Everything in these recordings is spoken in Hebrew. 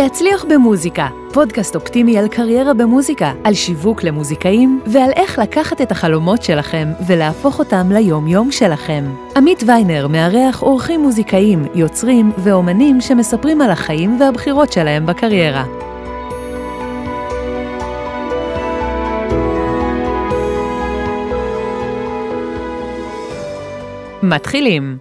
להצליח במוזיקה, פודקאסט אופטימי על קריירה במוזיקה, על שיווק למוזיקאים ועל איך לקחת את החלומות שלכם ולהפוך אותם ליום-יום שלכם. עמית ויינר מארח אורחים מוזיקאים, יוצרים ואומנים שמספרים על החיים והבחירות שלהם בקריירה. מתחילים.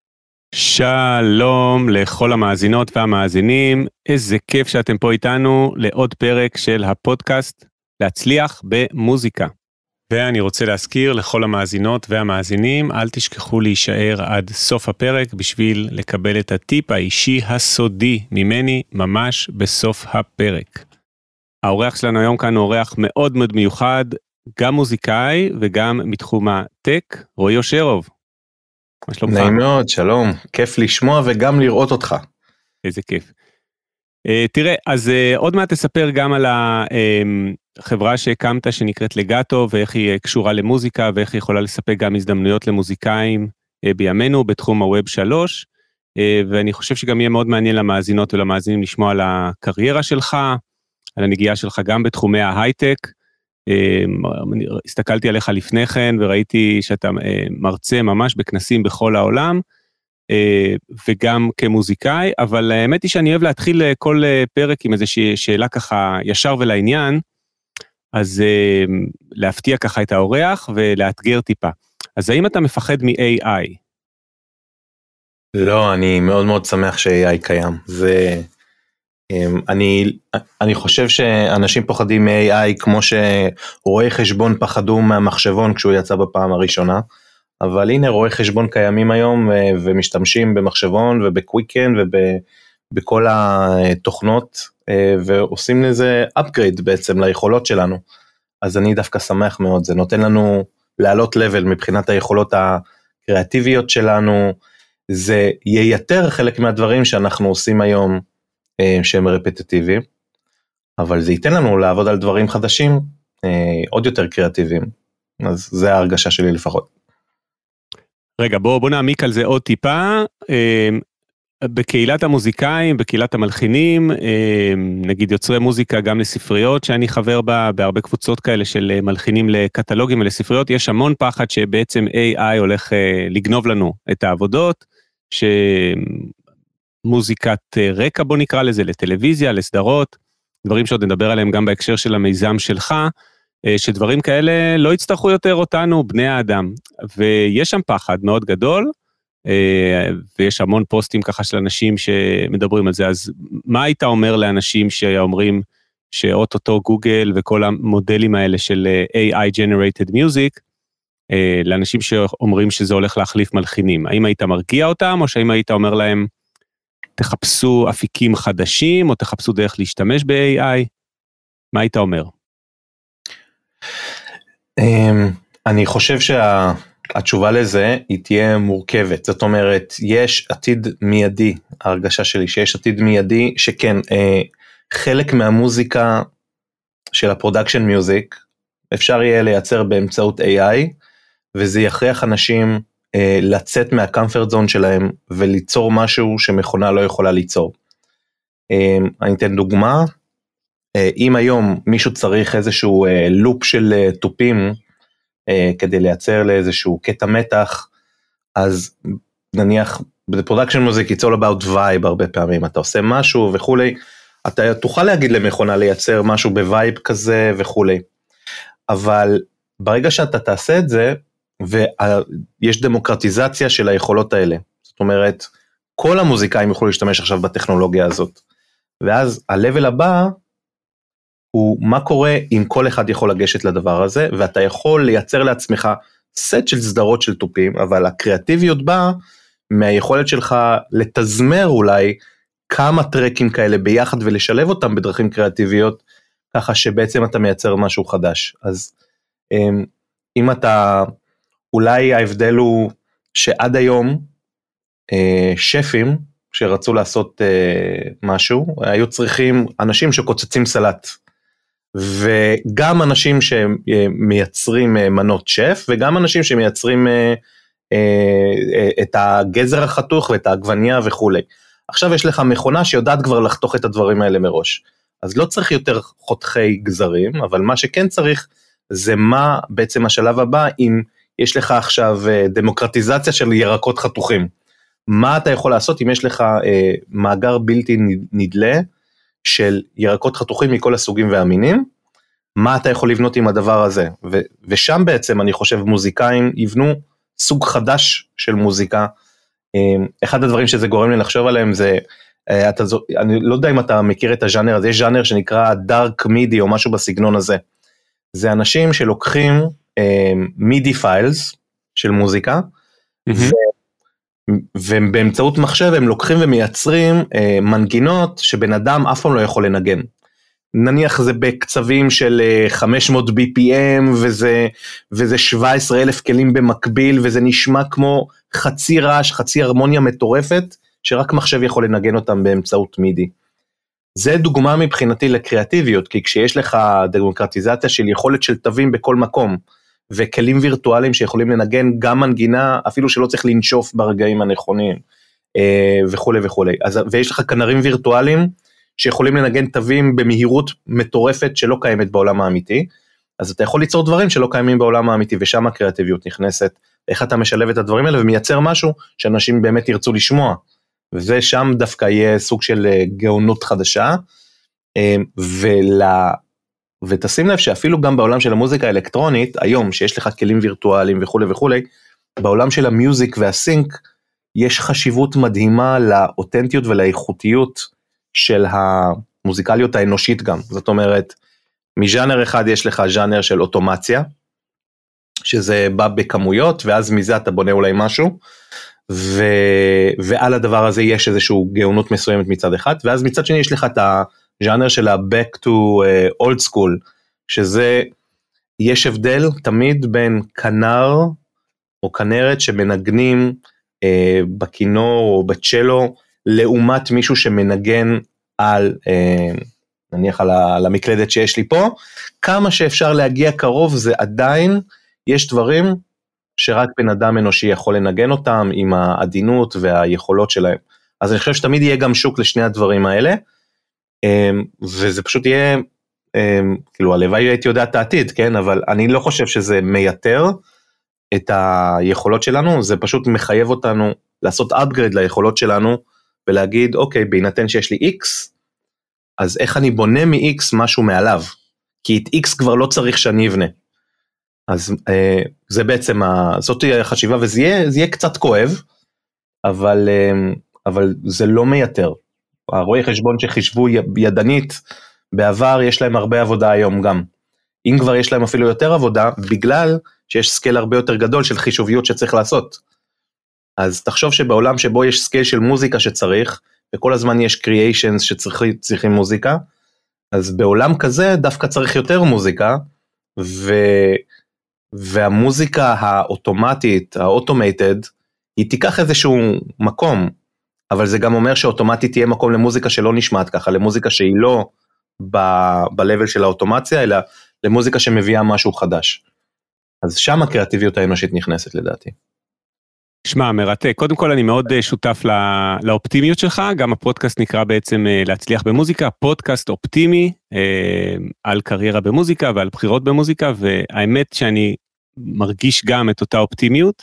שלום לכל המאזינות והמאזינים, איזה כיף שאתם פה איתנו לעוד פרק של הפודקאסט להצליח במוזיקה. ואני רוצה להזכיר לכל המאזינות והמאזינים, אל תשכחו להישאר עד סוף הפרק בשביל לקבל את הטיפ האישי הסודי ממני ממש בסוף הפרק. האורח שלנו היום כאן הוא אורח מאוד מאוד מיוחד, גם מוזיקאי וגם מתחום הטק, רועי אושרוב. נעים מאוד, שלום, כיף לשמוע וגם לראות אותך. איזה כיף. תראה, אז עוד מעט תספר גם על החברה שהקמת שנקראת לגאטו, ואיך היא קשורה למוזיקה, ואיך היא יכולה לספק גם הזדמנויות למוזיקאים בימינו בתחום הווב 3, ואני חושב שגם יהיה מאוד מעניין למאזינות ולמאזינים לשמוע על הקריירה שלך, על הנגיעה שלך גם בתחומי ההייטק, הסתכלתי עליך לפני כן וראיתי שאתה מרצה ממש בכנסים בכל העולם וגם כמוזיקאי, אבל האמת היא שאני אוהב להתחיל כל פרק עם איזושהי שאלה ככה ישר ולעניין, אז להפתיע ככה את האורח ולאתגר טיפה. אז האם אתה מפחד מ-AI? לא, אני מאוד מאוד שמח ש-AI קיים. אני חושב שאנשים פוחדים מ-AI כמו שרואי חשבון פחדו מהמחשבון כשהוא יצא בפעם הראשונה, אבל הנה רואי חשבון קיימים היום ומשתמשים במחשבון ובקוויקן ובכל התוכנות ועושים לזה upgrade בעצם ליכולות שלנו, אז אני דווקא שמח מאוד, זה נותן לנו לעלות level מבחינת היכולות הקריאטיביות שלנו, זה ייתר חלק מהדברים שאנחנו עושים היום שהם רפטטיביים, אבל זה ייתן לנו לעבוד על דברים חדשים, עוד יותר קריאטיביים, אז זה ההרגשה שלי לפחות. רגע, בוא נעמיק על זה עוד טיפה, בקהילת המוזיקאים, בקהילת המלחינים, נגיד יוצרי מוזיקה גם לספריות שאני חבר בה, בהרבה קבוצות כאלה של מלחינים לקטלוגים ולספריות, יש המון פחד שבעצם AI הולך לגנוב לנו את העבודות, מוזיקת רקע בוא נקרא לזה, לטלוויזיה, לסדרות, דברים שעוד נדבר עליהם גם בהקשר של המיזם שלך, שדברים כאלה לא יצטרכו יותר אותנו, בני האדם, ויש שם פחד מאוד גדול, ויש המון פוסטים ככה של אנשים שמדברים על זה, אז מה היית אומר לאנשים שאומרים שאוטוטו גוגל וכל המודלים האלה של AI Generated Music, לאנשים שאומרים שזה הולך להחליף מלחינים, האם היית מרגיע אותם, או שהאם היית אומר להם, תחפשו אפיקים חדשים, או תחפשו דרך להשתמש ב-AI? מה היית אומר? אני חושב שהתשובה לזה היא תהיה מורכבת, זאת אומרת, יש עתיד מיידי, ההרגשה שלי שיש עתיד מיידי, שכן, חלק מהמוזיקה של הפרודקשן מיוזיק, אפשר יהיה לייצר באמצעות AI, וזה יכריח אנשים לצאת מהקומפורט זון שלהם, וליצור משהו שמכונה לא יכולה ליצור. אני אתן דוגמה, אם היום מישהו צריך איזשהו לופ של טופים, כדי לייצר לאיזשהו קטע מתח, אז נניח, בפרודקשן מוזיק, it's all about vibe הרבה פעמים, אתה עושה משהו וכולי, אתה תוכל להגיד למכונה לייצר משהו בווייב כזה וכולי, אבל ברגע שאתה תעשה את זה, ויש דמוקרטיזציה של היכולות האלה, זאת אומרת, כל המוזיקאים יוכלו להשתמש עכשיו בטכנולוגיה הזאת, ואז ה-level הבא, הוא מה קורה אם כל אחד יכול לגשת לדבר הזה, ואתה יכול לייצר לעצמך סט של סדרות של טופים, אבל הקריאטיביות באה מהיכולת שלך לתזמר אולי כמה טרקים כאלה ביחד ולשלב אותם בדרכים קריאטיביות, ככה שבעצם אתה מייצר משהו חדש. אז אם אתה, אולי ההבדל הוא שעד היום שפים שרצו לעשות משהו, היו צריכים אנשים שקוצצים סלט, וגם אנשים שמייצרים מנות שף, וגם אנשים שמייצרים את הגזר החתוך ואת העגבניה וכו'. עכשיו יש לך מכונה שיודעת כבר לחתוך את הדברים האלה מראש. אז לא צריך יותר חותכי גזרים, אבל מה שכן צריך, זה מה בעצם השלב הבא, אם יש לך עכשיו דמוקרטיזציה של ירקות חתוכים. מה אתה יכול לעשות אם יש לך מאגר בלתי נדלה, של ירקות חתוכים מכל הסוגים והמינים, מה אתה יכול לבנות עם הדבר הזה? ושם בעצם אני חושב מוזיקאים יבנו סוג חדש של מוזיקה, אחד הדברים שזה גורם לי לחשוב עליהם זה, אני לא יודע אם אתה מכיר את הז'אנר הזה, יש ז'אנר שנקרא דארק מידי או משהו בסגנון הזה, זה אנשים שלוקחים מידי פיילס של מוזיקה, ובאמצעות מחשב הם לוקחים ומייצרים מנגינות שבן אדם אף פעם לא יכול לנגן, נניח זה בקצבים של 500 BPM וזה 17,000 כלים במקביל, וזה נשמע כמו חצי רעש, חצי הרמוניה מטורפת, שרק מחשב יכול לנגן אותם באמצעות מידי. זה דוגמה מבחינתי לקריאטיביות, כי כשיש לך דמוקרטיזציה של יכולת של תווים בכל מקום, וכלים וירטואליים שיכולים לנגן גם מנגינה, אפילו שלא צריך לנשוף ברגעים הנכונים, וכו' וכו'. ויש לך כנרים וירטואליים, שיכולים לנגן תווים במהירות מטורפת שלא קיימת בעולם האמיתי, אז אתה יכול ליצור דברים שלא קיימים בעולם האמיתי, ושם הקריאטיביות נכנסת, איך אתה משלב את הדברים האלה, ומייצר משהו שאנשים באמת ירצו לשמוע, ושם דווקא יהיה סוג של גאונות חדשה, ותשים לב שאפילו גם בעולם של המוזיקה האלקטרונית, היום שיש לך כלים וירטואליים וכו' וכו', בעולם של המיוזיק והסינק, יש חשיבות מדהימה לאותנטיות ולאיכותיות, של המוזיקליות האנושית גם, זאת אומרת, מז'אנר אחד יש לך ז'אנר של אוטומציה, שזה בא בכמויות, ואז מזה אתה בונה אולי משהו, ועל הדבר הזה יש איזשהו גאונות מסוימת מצד אחד, ואז מצד שני יש לך את הז'אנר של ה-back to old school, שזה, יש הבדל תמיד בין כנר, או כנרת שמנגנים בכינור או בצ'לו, לעומת מישהו שמנגן על, נניח על המקלדת שיש לי פה, כמה שאפשר להגיע קרוב, זה עדיין, יש דברים שרק בן אדם אנושי יכול לנגן אותם, עם העדינות והיכולות שלהם. אז אני חושב שתמיד יהיה גם שוק לשני הדברים האלה, וזה פשוט יהיה, כאילו הלוואי הייתי יודע את העתיד, כן? אבל אני לא חושב שזה מייתר את היכולות שלנו, זה פשוט מחייב אותנו לעשות upgrade ליכולות שלנו, ולהגיד, אוקיי, בהינתן שיש לי X, אז איך אני בונה מ-X משהו מעליו? כי את X כבר לא צריך שאני אבנה. אז זה בעצם, זאת תהיה החשיבה, וזה יהיה קצת כואב, אבל זה לא מייתר. הרואי חשבון שחישבו ידנית, בעבר יש להם הרבה עבודה היום גם. אם כבר יש להם אפילו יותר עבודה, בגלל שיש סקייל הרבה יותר גדול של חישוביות שצריך לעשות. אז תחשוב שבעולם שבו יש סקייל של מוזיקה שצריך, וכל הזמן יש קריאיישנס שצריכים מוזיקה, אז בעולם כזה דווקא צריך יותר מוזיקה, והמוזיקה האוטומטית, האוטומטד, היא תיקח איזשהו מקום, אבל זה גם אומר שאוטומטית תהיה מקום למוזיקה שלא נשמעת ככה, למוזיקה שהיא לא ב-level של האוטומציה, אלא למוזיקה שמביאה משהו חדש. אז שם הקריאטיביות האנושית נכנסת לדעתי. שמע, מרתק. קודם כל אני מאוד שותף לאופטימיות שלך, גם הפודקאסט נקרא בעצם להצליח במוזיקה, פודקאסט אופטימי על קריירה במוזיקה ועל בחירות במוזיקה, והאמת שאני מרגיש גם את אותה אופטימיות,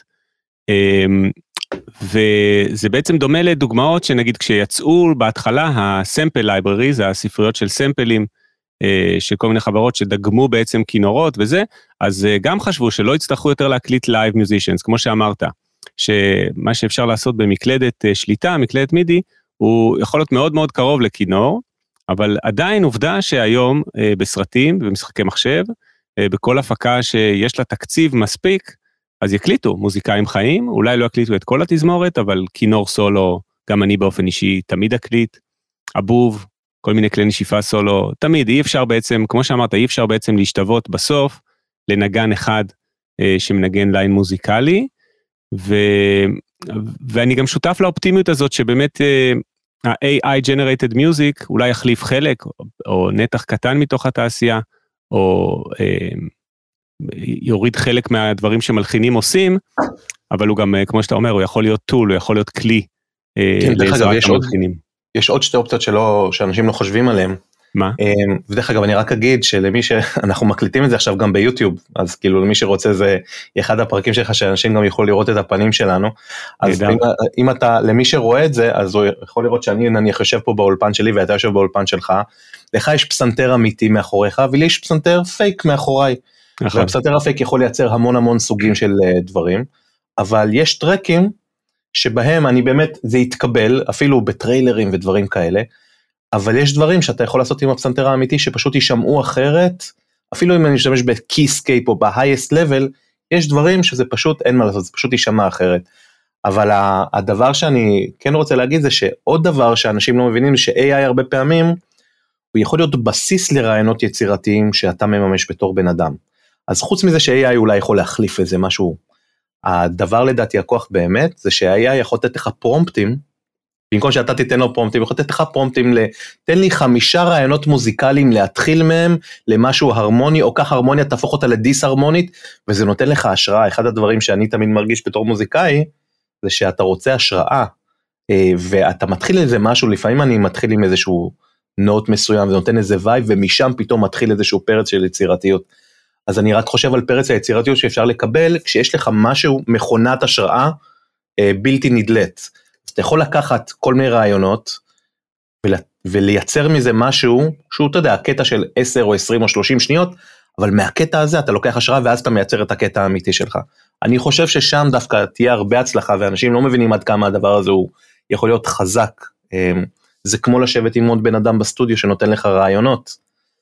וזה בעצם דומה לדוגמאות שנגיד כשיצאו בהתחלה הסמפל לייברי, זה הספריות של סמפלים, של כל מיני חברות שדגמו בעצם כינורות וזה, אז גם חשבו שלא יצטרכו יותר להקליט לייב מיוזישנס, כמו שאמרת, שמה שאפשר לעשות במקלדת שליטה, מקלדת מידי, הוא יכול להיות מאוד מאוד קרוב לכינור, אבל עדיין עובדה שהיום בסרטים ובמשחקי מחשב, בכל הפקה שיש לה תקציב מספיק, אז יקליטו מוזיקאים חיים, אולי לא יקליטו את כל התזמורת, אבל כינור סולו, גם אני באופן אישי תמיד אקליט, אבוב, כל מיני כלי נשיפה סולו, תמיד אי אפשר בעצם, כמו שאמרת, אי אפשר בעצם להשתוות בסוף לנגן אחד שמנגן ליין מוזיקלי, ואני גם שותף לאופטימיות הזאת שבאמת ה-AI generated music אולי יחליף חלק או נתח קטן מתוך התעשייה או יוריד חלק מהדברים שמלחינים עושים, אבל הוא גם כמו שאתה אומר הוא יכול להיות טול, הוא יכול להיות כלי לעזרת המלחינים. יש עוד שתי אופציות שאנשים לא חושבים עליהם. מה? ודרך אגב אני רק אגיד שלמי שאנחנו מקליטים את זה עכשיו גם ביוטיוב, אז כאילו למי שרוצה זה אחד הפרקים שלך שאנשים גם יוכלו לראות את הפנים שלנו, אז אם אתה, למי שרואה את זה, אז הוא יכול לראות שאני נניח יושב פה באולפן שלי ואתה יושב באולפן שלך, לך יש פסנתר אמיתי מאחוריך, ולי יש פסנתר פייק מאחוריי, והפסנתר הפייק יכול לייצר המון סוגים של דברים, אבל יש טרקים שבהם אני באמת, זה יתקבל, אפילו בטריילרים ודברים כאלה, אבל יש דברים שאתה יכול לעשות עם הפסנתר האמיתי, שפשוט יישמעו אחרת, אפילו אם אני משתמש בקיסקייפ או ב-highest level, יש דברים שזה פשוט, אין מה לעשות, זה פשוט יישמע אחרת. אבל הדבר שאני כן רוצה להגיד זה שעוד דבר שאנשים לא מבינים, ש-AI הרבה פעמים, הוא יכול להיות בסיס לרעיונות יצירתיים שאתה מממש בתור בן אדם. אז חוץ מזה ש-AI אולי יכול להחליף איזה משהו, הדבר לדעתי הכוח באמת, זה ש-AI יכול לתת לך פרומפטים, במקום שאתה תיתן לו פרומפטים, יכול לתת לך פרומפטים, תן לי 5 רעיונות מוזיקליים להתחיל מהם, למשהו הרמוני, או כך הרמוניה תהפוך אותה לדיס הרמונית, וזה נותן לך השראה. אחד הדברים שאני תמיד מרגיש בתור מוזיקאי, זה שאתה רוצה השראה, ואתה מתחיל איזה משהו, לפעמים אני מתחיל עם איזשהו נוט מסוים, ונותן איזה וייב, ומשם פתאום מתחיל איזשהו פרץ של יצירתיות. אז אני רק חושב על פרץ היצירתיות שאפשר לקבל, כשיש לך משהו, מכונת השראה, בלתי נדלת. אז אתה יכול לקחת כל מיני רעיונות, ולייצר מזה משהו, שהוא, אתה יודע, הקטע של 10 או 20 או 30 שניות, אבל מהקטע הזה אתה לוקח השראה, ואז אתה מייצר את הקטע האמיתי שלך. אני חושב ששם דווקא תהיה הרבה הצלחה, ואנשים לא מבינים עד כמה הדבר הזה הוא יכול להיות חזק. זה כמו לשבת עם עוד בן אדם בסטודיו, שנותן לך רעיונות.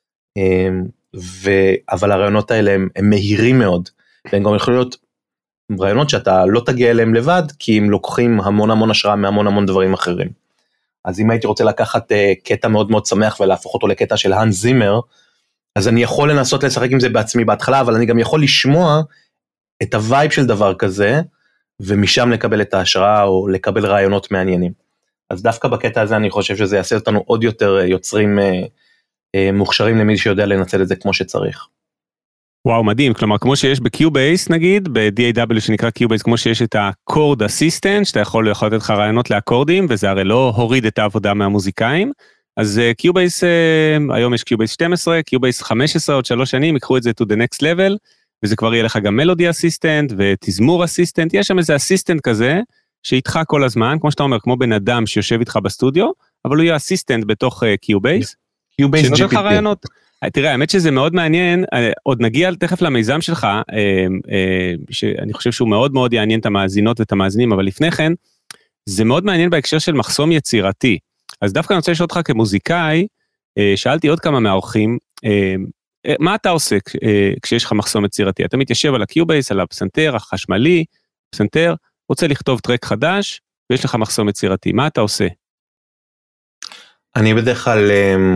אבל הרעיונות האלה הם מהירים מאוד, והם גם יכולים להיות רעיונות שאתה לא תגיע אליהם לבד, כי הם לוקחים המון השראה מהמון דברים אחרים. אז אם הייתי רוצה לקחת קטע מאוד שמח, ולהפוך אותו לקטע של האנס זימר, אז אני יכול לנסות לשחק עם זה בעצמי בהתחלה, אבל אני גם יכול לשמוע את הווייב של דבר כזה, ומשם לקבל את ההשראה, או לקבל רעיונות מעניינים. אז דווקא בקטע הזה אני חושב שזה יעשה אותנו עוד יותר יוצרים מוכשרים למי שיודע לנצל את זה כמו שצריך. וואו, מדהים, כלומר, כמו שיש ב-Cubase נגיד, ב-DAW שנקרא Cubase, כמו שיש את ה-Chord Assistant, שאתה יכול לתת לך רעיונות לאקורדים, וזה הרי לא הוריד את העבודה מהמוזיקאים, אז Cubase, היום יש Cubase 12, Cubase 15, עוד 3 שנים, יקחו את זה to the next level, וזה כבר יהיה לך גם Melody Assistant, ותזמור Assistant, יש שם איזה Assistant כזה, שאיתך כל הזמן, כמו שאתה אומר, כמו בן אדם שיושב איתך בסטודיו, אבל הוא יהיה Assistant בתוך Cubase, שנותן לך רעיונות. תראה, האמת שזה מאוד מעניין, עוד נגיע תכף למיזם שלך, שאני חושב שהוא מאוד יעניין את המאזינות ואת המאזינים, אבל לפני כן, זה מאוד מעניין בהקשר של מחסום יצירתי. אז דווקא אני רוצה לשאול אותך כמוזיקאי, שאלתי עוד כמה מהאורחים, מה אתה עושה כשיש לך מחסום יצירתי? אתה מתיישב על הקיובייס, על הפסנתר החשמלי, פסנתר, רוצה לכתוב טרק חדש, ויש לך מחסום יצירתי, מה אתה עושה? אני בדרך כלל,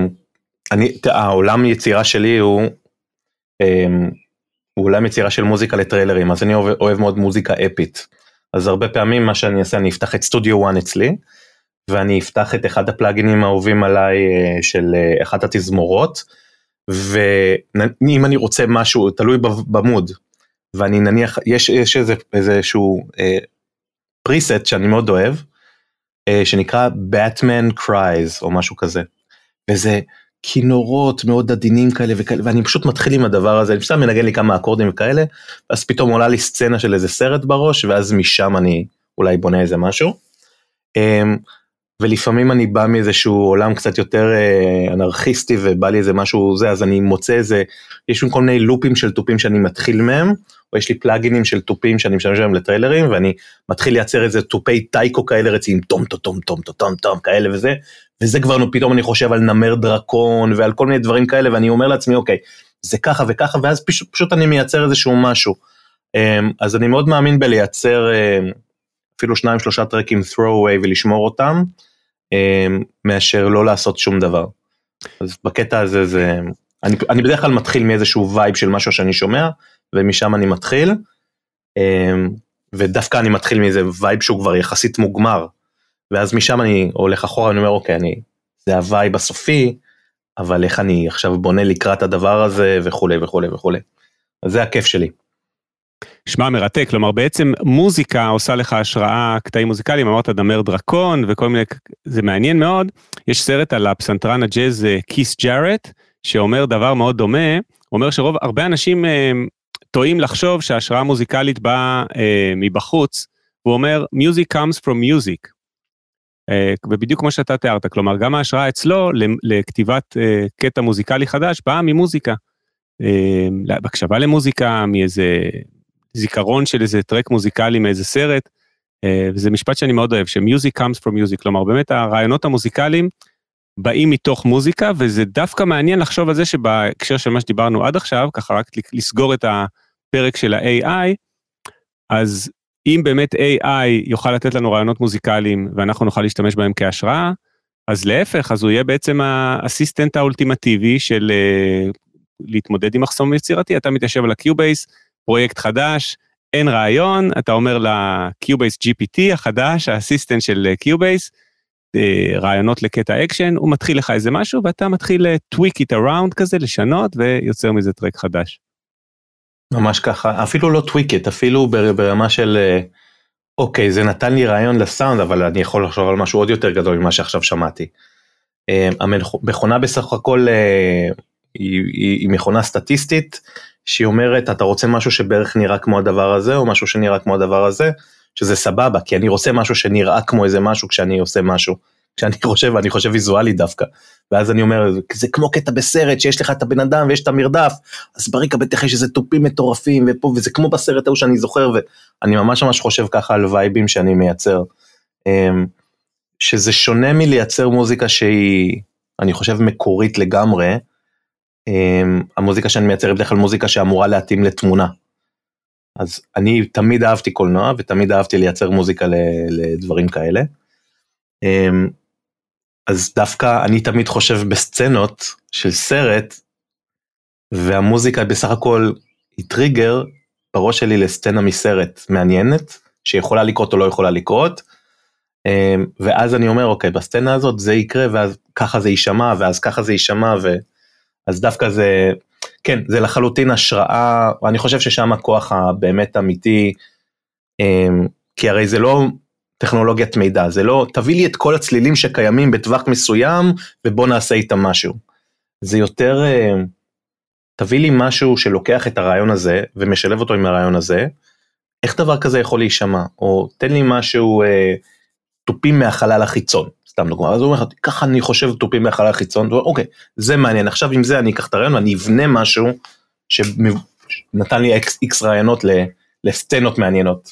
העולם יצירה שלי הוא עולם יצירה של מוזיקה לטריילרים, אז אני אוהב מאוד מוזיקה אפית, אז הרבה פעמים מה שאני אעשה, אני אפתח את סטודיו 1 אצלי, ואני אפתח את אחד הפלאגינים האהובים עליי של אחת התזמורות, ואם אני רוצה משהו, תלוי במוד, ואני נניח, יש איזשהו פריסט שאני מאוד אוהב, שנקרא Batman Cries, או משהו כזה, וזה כינורות מאוד עדינים כאלה וכאלה, ואני פשוט מתחיל עם הדבר הזה, אני פשוט מנגן לי כמה אקורדים וכאלה, אז פתאום עולה לי סצנה של איזה סרט בראש, ואז משם אני אולי בונה איזה משהו, ולפעמים אני בא מאיזשהו עולם קצת יותר אנרכיסטי, ובא לי איזה משהו זה, אז אני מוצא איזה, יש כל מיני לופים של טופים שאני מתחיל מהם, או יש לי פלאגינים של טופים שאני משתמש בהם לטריילרים, ואני מתחיל לייצר איזה טופי טייקו כאלה רצים, טום טום טום טום טום כאלה וזה, וזה כבר פתאום אני חושב על נמר דרקון, ועל כל מיני דברים כאלה, ואני אומר לעצמי, אוקיי, זה ככה וככה, ואז פשוט אני מייצר איזשהו משהו. אז אני מאוד מאמין בלייצר אפילו 2-3 טרקים throw away ולשמור אותם, מאשר לא לעשות שום דבר. אז בקטע הזה, אני בדרך כלל מתחיל מאיזשהו וייב של משהו שאני שומע, ומשם אני מתחיל, ודווקא אני מתחיל מאיזה וייב שהוא כבר יחסית מוגמר, ואז משם אני הולך אחורה, אני אומר, אוקיי, זה הווייב הסופי, אבל איך אני עכשיו בונה לקראת הדבר הזה, וכו' וכו' וכו'. אז זה הכיף שלי. שמע מרתק, כלומר בעצם מוזיקה עושה לך השראה, קטעים מוזיקליים, אמרת דמר דרקון וכל מיני, זה מעניין מאוד, יש סרט על הפסנתרן הג'אז קיס ג'ארט, שאומר דבר מאוד דומה, אומר הרבה אנשים טועים לחשוב שההשראה המוזיקלית באה מבחוץ, הוא אומר music comes from music, ובדיוק כמו שאתה תיארת, כלומר גם ההשראה אצלו לכתיבת קטע מוזיקלי חדש, באה ממוזיקה, בהקשבה למוזיקה, מאיזה זיכרון של איזה טרק מוזיקלי מאיזה סרט, וזה משפט שאני מאוד אוהב, ש-music comes from music, כלומר באמת הרעיונות המוזיקליים באים מתוך מוזיקה, וזה דווקא מעניין לחשוב על זה שבהקשר של מה שדיברנו עד עכשיו, ככה רק לסגור את הפרק של ה-AI, אז אם באמת AI יוכל לתת לנו רעיונות מוזיקליים, ואנחנו נוכל להשתמש בהם כהשראה, אז להפך, אז הוא יהיה בעצם האסיסטנט האולטימטיבי של להתמודד עם מחסום יצירתי, אתה מתיישב על ה-Cubase, פרויקט חדש, אין רעיון, אתה אומר ל-Cubase GPT החדש, האסיסטנט של Cubase, רעיונות לקטע אקשן, הוא מתחיל לך איזה משהו, ואתה מתחיל tweak it around כזה, לשנות, ויוצר מזה טרק חדש. ממש ככה, אפילו לא tweak it, אפילו ברמה של, אוקיי, זה נתן לי רעיון לסאונד, אבל אני יכול לחשוב על משהו עוד יותר גדול ממה שעכשיו שמעתי. המכונה בסך הכל, היא מכונה סטטיסטית, שהיא אומרת, אתה רוצה משהו שבערך נראה כמו הדבר הזה, או משהו שנראה כמו הדבר הזה, שזה סבבה, כי אני רוצה משהו שנראה כמו איזה משהו, כשאני עושה משהו, כשאני חושב, אני חושב ויזואלי דווקא, ואז אני אומר, זה כמו קטע בסרט, שיש לך את הבן אדם, ויש את המרדף, אז בריקה בטח יש איזה טופים מטורפים, ופה, וזה כמו בסרט ההוא שאני זוכר, ואני ממש חושב ככה על וייבים שאני מייצר, שזה שונה מלייצר מוזיקה שהיא, אני חושב מקורית לגמרי, המוזיקה שאני מייצר בדרך כלל מוזיקה שאמורה להתאים לתמונה, אז אני תמיד אהבתי קולנוע, ותמיד אהבתי לייצר מוזיקה לדברים כאלה, אז דווקא אני תמיד חושב בסצנות של סרט, והמוזיקה בסך הכל היא טריגר בראש שלי לסצנה מסרט מעניינת, שיכולה לקרות או לא יכולה לקרות, ואז אני אומר, אוקיי, בסצנה הזאת זה יקרה, ואז ככה זה יישמע, ואז ככה זה יישמע, אז דווקא זה, כן, זה לחלוטין השראה, ואני חושב ששם הכוח הבאמת אמיתי, כי הרי זה לא טכנולוגיית מידע, זה לא, תביא לי את כל הצלילים שקיימים בטווח מסוים, ובוא נעשה איתם משהו. זה יותר, תביא לי משהו שלוקח את הרעיון הזה, ומשלב אותו עם הרעיון הזה, איך דבר כזה יכול להישמע? או תן לי משהו, טופים מהחלל החיצון, סתם דוגמה, אז הוא אומר, ככה אני חושב טופים מהחלל החיצון, אוקיי, זה מעניין, עכשיו עם זה אני אקח את הרעיון, ואני אבנה משהו, שנתן לי איקס רעיונות לסצנות מעניינות.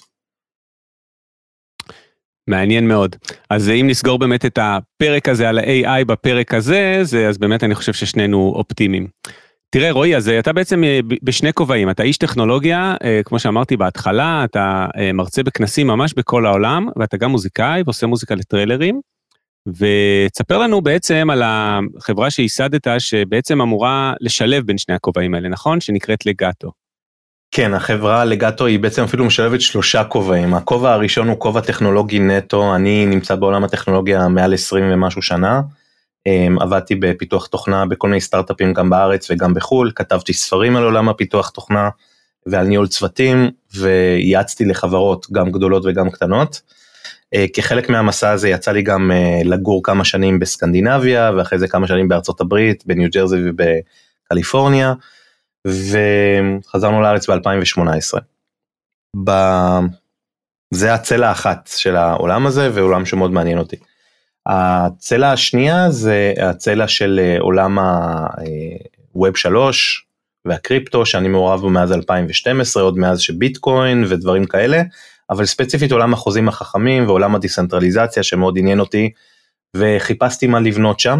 מעניין מאוד. אז אם נסגור באמת את הפרק הזה על ה-AI בפרק הזה, אז באמת אני חושב ששנינו אופטימיים. תראה רועי, אז אתה בעצם בשני כובעים, אתה איש טכנולוגיה, כמו שאמרתי בהתחלה, אתה מרצה בכנסים ממש בכל העולם, ואתה גם מוזיקאי ועושה מוזיקה לטריילרים, ותספר לנו בעצם על החברה שהיסדת, שבעצם אמורה לשלב בין שני הכובעים האלה, נכון? שנקראת לגאטו. כן, החברה לגאטו היא בעצם אפילו משלבת 3 כובעים, הכובע הראשון הוא כובע טכנולוגי נטו, אני נמצא בעולם הטכנולוגיה מעל 20 ומשהו שנה, עבדתי בפיתוח תוכנה בכל מיני סטארט-אפים גם בארץ וגם בחול, כתבתי ספרים על עולם הפיתוח תוכנה ועל ניהול צוותים, וייעצתי לחברות גם גדולות וגם קטנות, כחלק מהמסע הזה יצא לי גם לגור כמה שנים בסקנדינביה, ואחרי זה כמה שנים בארצות הברית, בניו ג'רזי ובקליפורניה, וחזרנו לארץ ב-2018. זה הצלע האחת של העולם הזה, ועולם שמאוד מעניין אותי. הצלע השנייה זה הצלע של עולם הווב 3 והקריפטו, שאני מעורב בו מאז 2012, עוד מאז שביטקוין ודברים כאלה, אבל ספציפית עולם החוזים החכמים ועולם הדיסנטרליזציה שמאוד עניין אותי, וחיפשתי מה לבנות שם.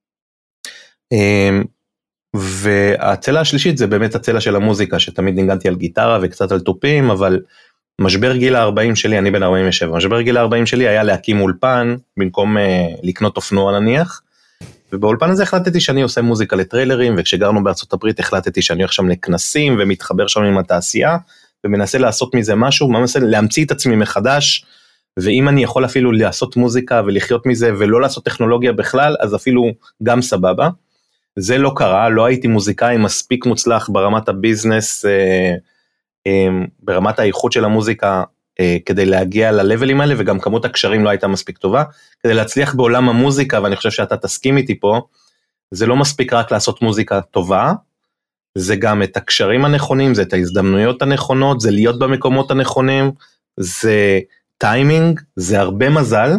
והצלע השלישית זה באמת הצלע של המוזיקה, שתמיד ניגנתי על גיטרה וקצת על טופים, אבל משבר גיל ה-40 שלי, אני בן 47, משבר גיל ה-40 שלי היה להקים אולפן, במקום לקנות אופנוע נניח, ובאולפן הזה החלטתי שאני עושה מוזיקה לטריילרים, וכשגרנו בארצות הברית החלטתי שאני הולך שם לכנסים, ומתחבר שם עם התעשייה, ומנסה לעשות מזה משהו, מנסה להמציא את עצמי מחדש, ואם אני יכול אפילו לעשות מוזיקה ולחיות מזה, ולא לעשות טכנולוגיה בכלל, אז אפילו גם סבבה. זה לא קרה, לא הייתי מוזיקאי מספיק מוצלח ברמת הביזנס, ברמת האיכות של המוזיקה, כדי להגיע ללבלים האלה, וגם כמות הקשרים לא הייתה מספיק טובה, כדי להצליח בעולם המוזיקה, ואני חושב שאתה תסכים איתי פה, זה לא מספיק רק לעשות מוזיקה טובה, זה גם את הקשרים הנכונים, זה את ההזדמנויות הנכונות, זה להיות במקומות הנכונים, זה טיימינג, זה הרבה מזל,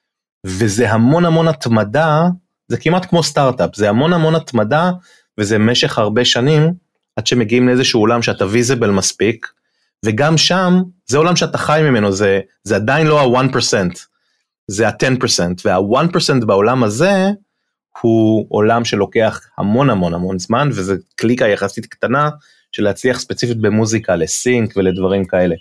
וזה המון המון התמדה, זה כמעט כמו סטארט-אפ, זה המון המון התמדה, וזה משך הרבה שנים, עד שמגיעים לאיזשהו עולם שאתה ויזיבל מספיק, וגם שם, זה עולם שאתה חי ממנו, זה עדיין לא ה-1%, זה ה-10%, וה-1% בעולם הזה, הוא עולם שלוקח המון המון המון זמן, וזה קליקה יחסית קטנה, של להצליח ספציפית במוזיקה, לסינק ולדברים כאלה.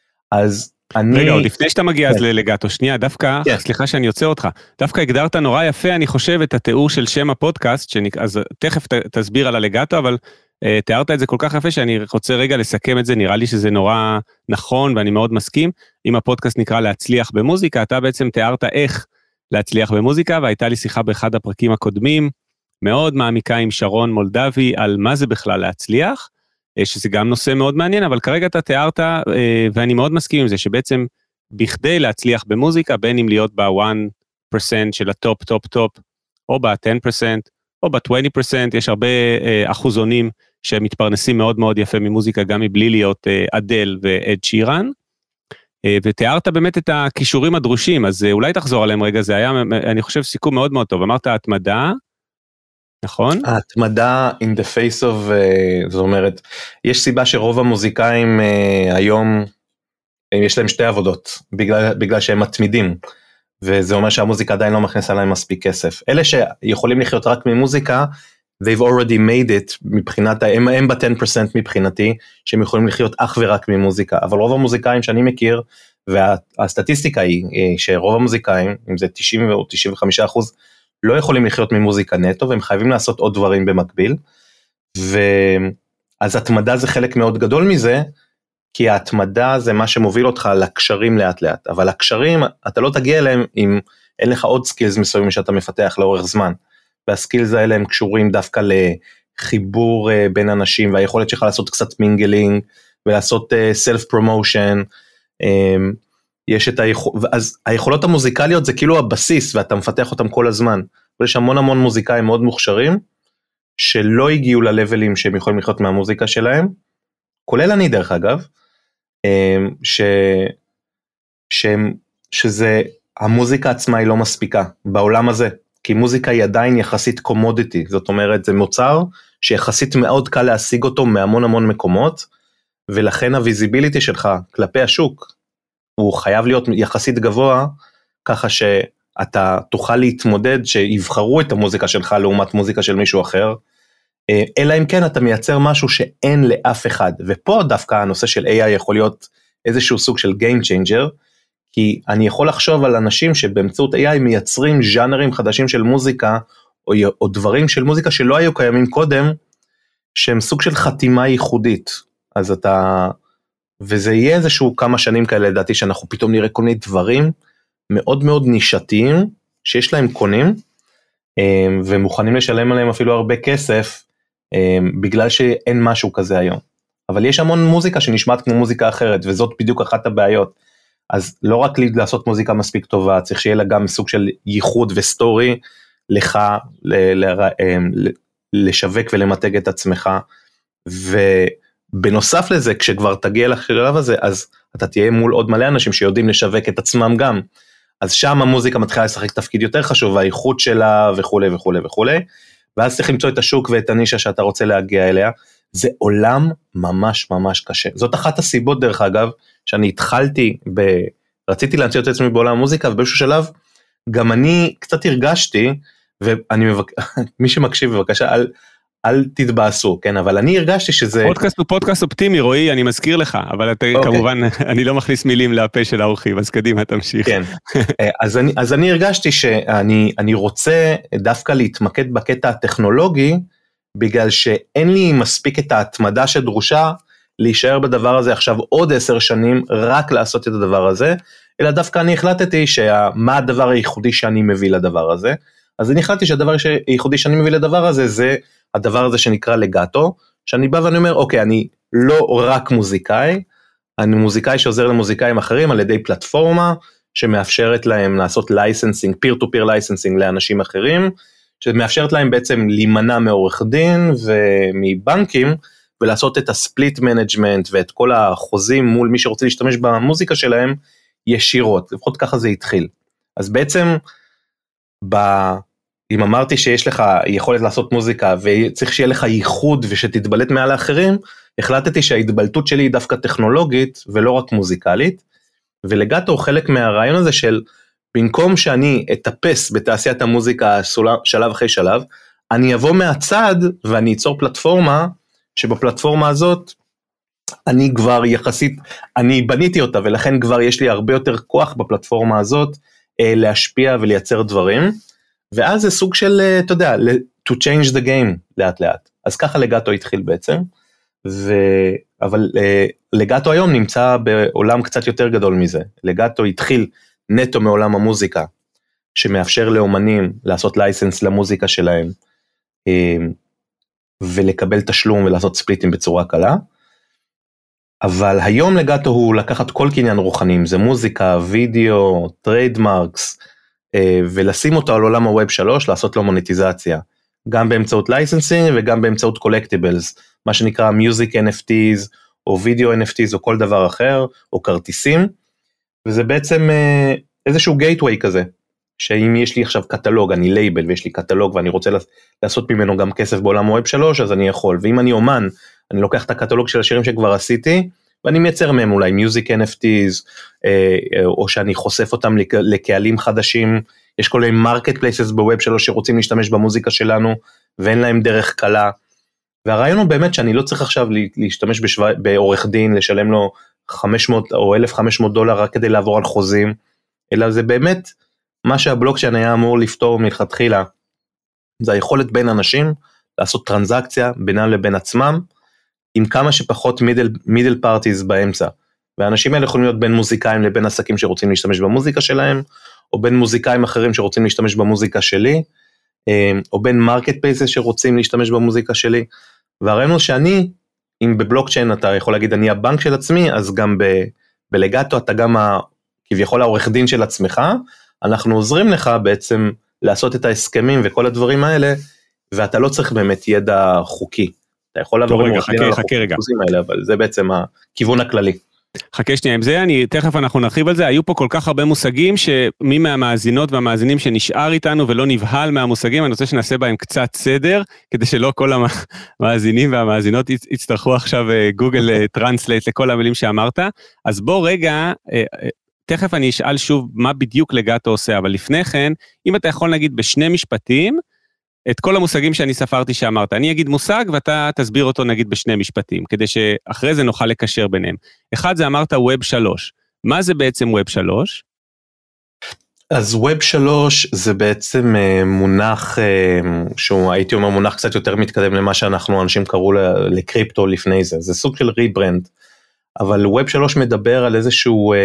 אז רגע, עוד לפני שאתה מגיע אז ללגטו, שנייה, דווקא, סליחה שאני יוצא אותך, דווקא הגדרת נורא יפה, אני חושב, את התיאור של שם הפודקאסט, אז תכף תסביר על הלגטו, אבל תיארת את זה כל כך יפה, שאני רוצה רגע לסכם את זה, נראה לי שזה נורא נכון, ואני מאוד מסכים, אם הפודקאסט נקרא להצליח במוזיקה, אתה בעצם תיארת איך להצליח במוזיקה, והייתה לי שיחה באחד הפרקים הקודמים, מאוד מעמיקה עם שרון מולדבי, על מה זה בכלל להצליח, שזה גם נושא מאוד מעניין, אבל כרגע אתה תיארת, ואני מאוד מסכים עם זה, שבעצם בכדי להצליח במוזיקה, בין אם להיות ב-1% של הטופ, טופ, טופ, או ב-10%, או ב-20%, יש הרבה אחוזונים שמתפרנסים מאוד מאוד יפה ממוזיקה, גם מבלי להיות אדל ואד שירן, ותיארת באמת את הכישורים הדרושים, אז אולי תחזור עליהם רגע, זה היה, אני חושב, סיכום מאוד מאוד טוב, אמרת התמדה, נכון? ההתמדה in the face of, זאת אומרת, יש סיבה שרוב המוזיקאים היום, יש להם שתי עבודות, בגלל שהם מתמידים, וזה אומר שהמוזיקה עדיין לא מכניסה להם מספיק כסף. אלה שיכולים לחיות רק ממוזיקה, they've already made it, מבחינת, הם ב-10% מבחינתי, שהם יכולים לחיות אך ורק ממוזיקה, אבל רוב המוזיקאים שאני מכיר, והסטטיסטיקה היא שרוב המוזיקאים, אם זה 90 או 95%, לא יכולים לחיות ממוזיקה נטו, והם חייבים לעשות עוד דברים במקביל, אז התמדה זה חלק מאוד גדול מזה, כי ההתמדה זה מה שמוביל אותך לקשרים לאט לאט, אבל הקשרים, אתה לא תגיע אליהם אם אין לך עוד סקילס מסוימים שאתה מפתח לאורך זמן, והסקילס האלה הם קשורים דווקא לחיבור בין אנשים, והיכולת שלך לעשות קצת מינגלינג, ולעשות סלף פרומושן, יש את אז היכולות המוזיקליות זה כאילו הבסיס, ואתה מפתח אותם כל הזמן, ויש המון המון מוזיקאים מאוד מוכשרים, שלא הגיעו ללבלים שהם יכולים לחיות מהמוזיקה שלהם, כולל אני דרך אגב, שזה, המוזיקה עצמה היא לא מספיקה, בעולם הזה, כי מוזיקה היא עדיין יחסית קומודיטי, זאת אומרת זה מוצר, שיחסית מאוד קל להשיג אותו מהמון המון מקומות, ולכן הוויזיביליטי שלך כלפי השוק, הוא חייב להיות יחסית גבוה, ככה שאתה תוכל להתמודד, שיבחרו את המוזיקה שלך, לעומת מוזיקה של מישהו אחר, אלא אם כן אתה מייצר משהו שאין לאף אחד, ופה דווקא הנושא של AI יכול להיות איזשהו סוג של Game Changer, כי אני יכול לחשוב על אנשים שבאמצעות AI מייצרים ז'אנרים חדשים של מוזיקה, או דברים של מוזיקה שלא היו קיימים קודם, שהם סוג של חתימה ייחודית, אז אתה, וזה יהיה איזשהו כמה שנים כאלה לדעתי, שאנחנו פתאום נראה כל מיני דברים, מאוד מאוד נישתיים, שיש להם קונים, ומוכנים לשלם עליהם אפילו הרבה כסף, בגלל שאין משהו כזה היום. אבל יש המון מוזיקה שנשמעת כמו מוזיקה אחרת, וזאת בדיוק אחת הבעיות. אז לא רק לעשות מוזיקה מספיק טובה, צריך שיהיה לה גם סוג של ייחוד וסטורי, לך לשווק ולמתג את עצמך, ובנוסף לזה, כשכבר תגיע לשלב הזה, אז אתה תהיה מול עוד מלא אנשים שיודעים לשווק את עצמם גם, אז שם המוזיקה מתחילה לשחק תפקיד יותר חשוב, האיכות שלה וכו' וכו' וכו', ואז צריך למצוא את השוק ואת הנישה שאתה רוצה להגיע אליה, זה עולם ממש ממש קשה. זאת אחת הסיבות דרך אגב, שאני התחלתי, רציתי להמציא את עצמי בעולם המוזיקה, ובאיזשהו שלב, גם אני קצת הרגשתי, ואני מי שמקשיב בבקשה, אל תתבאסו, כן, אבל אני הרגשתי שזה... פודקאסט הוא פודקאסט אופטימי, רועי, אני מזכיר לך, אבל אתה כמובן, אני לא מכניס מילים לפה של האורחים, אז קדימה, תמשיך. כן, אז אני הרגשתי שאני רוצה דווקא להתמקד בקטע הטכנולוגי, בגלל שאין לי מספיק את ההתמדה שדרושה, להישאר בדבר הזה עכשיו עוד 10 שנים, רק לעשות את הדבר הזה, אלא דווקא אני החלטתי מה הדבר הייחודי שאני מביא לדבר הזה, אז אני החלטתי שהדבר הייחודי שאני מביא לדבר הזה, זה הדבר הזה שנקרא לגטו, שאני בא ואני אומר, אוקיי, אני לא רק מוזיקאי, אני מוזיקאי שעוזר למוזיקאים אחרים על ידי פלטפורמה, שמאפשרת להם לעשות לייסנסינג, פיר טו פיר לייסנסינג לאנשים אחרים, שמאפשרת להם בעצם להימנע מעורך דין ומבנקים, ולעשות את הספליט מנג'מנט ואת כל החוזים מול מי שרוצה להשתמש במוזיקה שלהם, ישירות, לפחות ככה זה התחיל. אז בעצם, אם אמרתי שיש לך יכולת לעשות מוזיקה, וצריך שיהיה לך ייחוד ושתתבלט מעל האחרים, החלטתי שההתבלטות שלי היא דווקא טכנולוגית, ולא רק מוזיקלית, ולגאטו חלק מהרעיון הזה של, במקום שאני אטפס בתעשיית המוזיקה שלב אחרי שלב, אני אבוא מהצד ואני אצור פלטפורמה, שבפלטפורמה הזאת אני כבר יחסית, אני בניתי אותה ולכן כבר יש לי הרבה יותר כוח בפלטפורמה הזאת להשפיע ולייצר דברים, ואז זה סוג של, אתה יודע, to change the game לאט לאט. אז ככה לגאטו התחיל בעצם, אבל לגאטו היום נמצא בעולם קצת יותר גדול מזה. לגאטו התחיל נטו מעולם המוזיקה, שמאפשר לאומנים לעשות לייסנס למוזיקה שלהם, ולקבל תשלום ולעשות ספליטים בצורה קלה, אבל היום לגאטו הוא לקחת כל קניין רוחנים, זה מוזיקה, וידאו, טריידמרקס, ולשים אותו על עולם הווב 3, לעשות לו מוניטיזציה, גם באמצעות לייסנסינג וגם באמצעות קולקטיבלס, מה שנקרא מיוזיק NFTs, או וידאו NFTs, או כל דבר אחר, או כרטיסים, וזה בעצם איזשהו גייטווי כזה, שאם יש לי עכשיו קטלוג, אני לייבל ויש לי קטלוג ואני רוצה לעשות ממנו גם כסף בעולם ווב 3, אז אני יכול, ואם אני אומן, אני לוקח את הקטלוג של השירים שכבר עשיתי, ואני מייצר מהם אולי מיוזיק NFTs, או שאני חושף אותם לקהלים חדשים, יש כל מיני מרקט פלייסס בווב 3 שרוצים להשתמש במוזיקה שלנו, ואין להם דרך קלה, והרעיון הוא באמת שאני לא צריך עכשיו להשתמש בעורך דין, לשלם לו 500 או $1,500 רק כדי לעבור על חוזים, אלא זה באמת מה שהבלוקצ'יין היה אמור לפתור מלכתחילה, זה היכולת בין אנשים לעשות טרנזקציה בינם לבין עצמם, עם כמה שפחות מידל פארטיז באמצע, והאנשים האלה יכולים להיות בין מוזיקאים לבין עסקים שרוצים להשתמש במוזיקה שלהם, או בין מוזיקאים אחרים שרוצים להשתמש במוזיקה שלי, או בין מרקט פלייסס שרוצים להשתמש במוזיקה שלי, והרעיון הוא שאני, אם בבלוקצ'יין אתה יכול להגיד אני הבנק של עצמי, אז גם בלגאטו אתה גם כביכול העורך דין של עצמך, אנחנו עוזרים לך בעצם לעשות את ההסכמים וכל הדברים האלה, ואתה לא צריך באמת ידע חוקי, אתה יכול לעבור עם עורך דין על החוקים האלה, אבל זה בעצם הכיוון הכללי. חכה שנייה עם זה, תכף אנחנו נרחיב על זה, היו פה כל כך הרבה מושגים, שמי מהמאזינות והמאזינים שנשאר איתנו ולא נבהל מהמושגים, אני רוצה שנעשה בהם קצת סדר, כדי שלא כל המאזינים והמאזינות יצטרכו עכשיו גוגל טרנסלייט לכל המילים שאמרת, אז בוא רגע, תכף אני אשאל שוב מה בדיוק לגאטו עושה, אבל לפני כן, אם אתה יכול להגיד בשני משפטים, את כל המושגים שאני ספרתי שאמרת, אני אגיד מושג ואתה תסביר אותו נגיד בשני משפטים, כדי שאחרי זה נוכל לקשר ביניהם. אחד זה אמרת ווב 3, מה זה בעצם ווב 3? אז ווב 3 זה בעצם מונח, שהוא הייתי אומר מונח קצת יותר מתקדם למה שאנחנו אנשים קראו לקריפטו לפני זה, זה סוג של ריברנד, אבל ווב 3 מדבר על איזשהו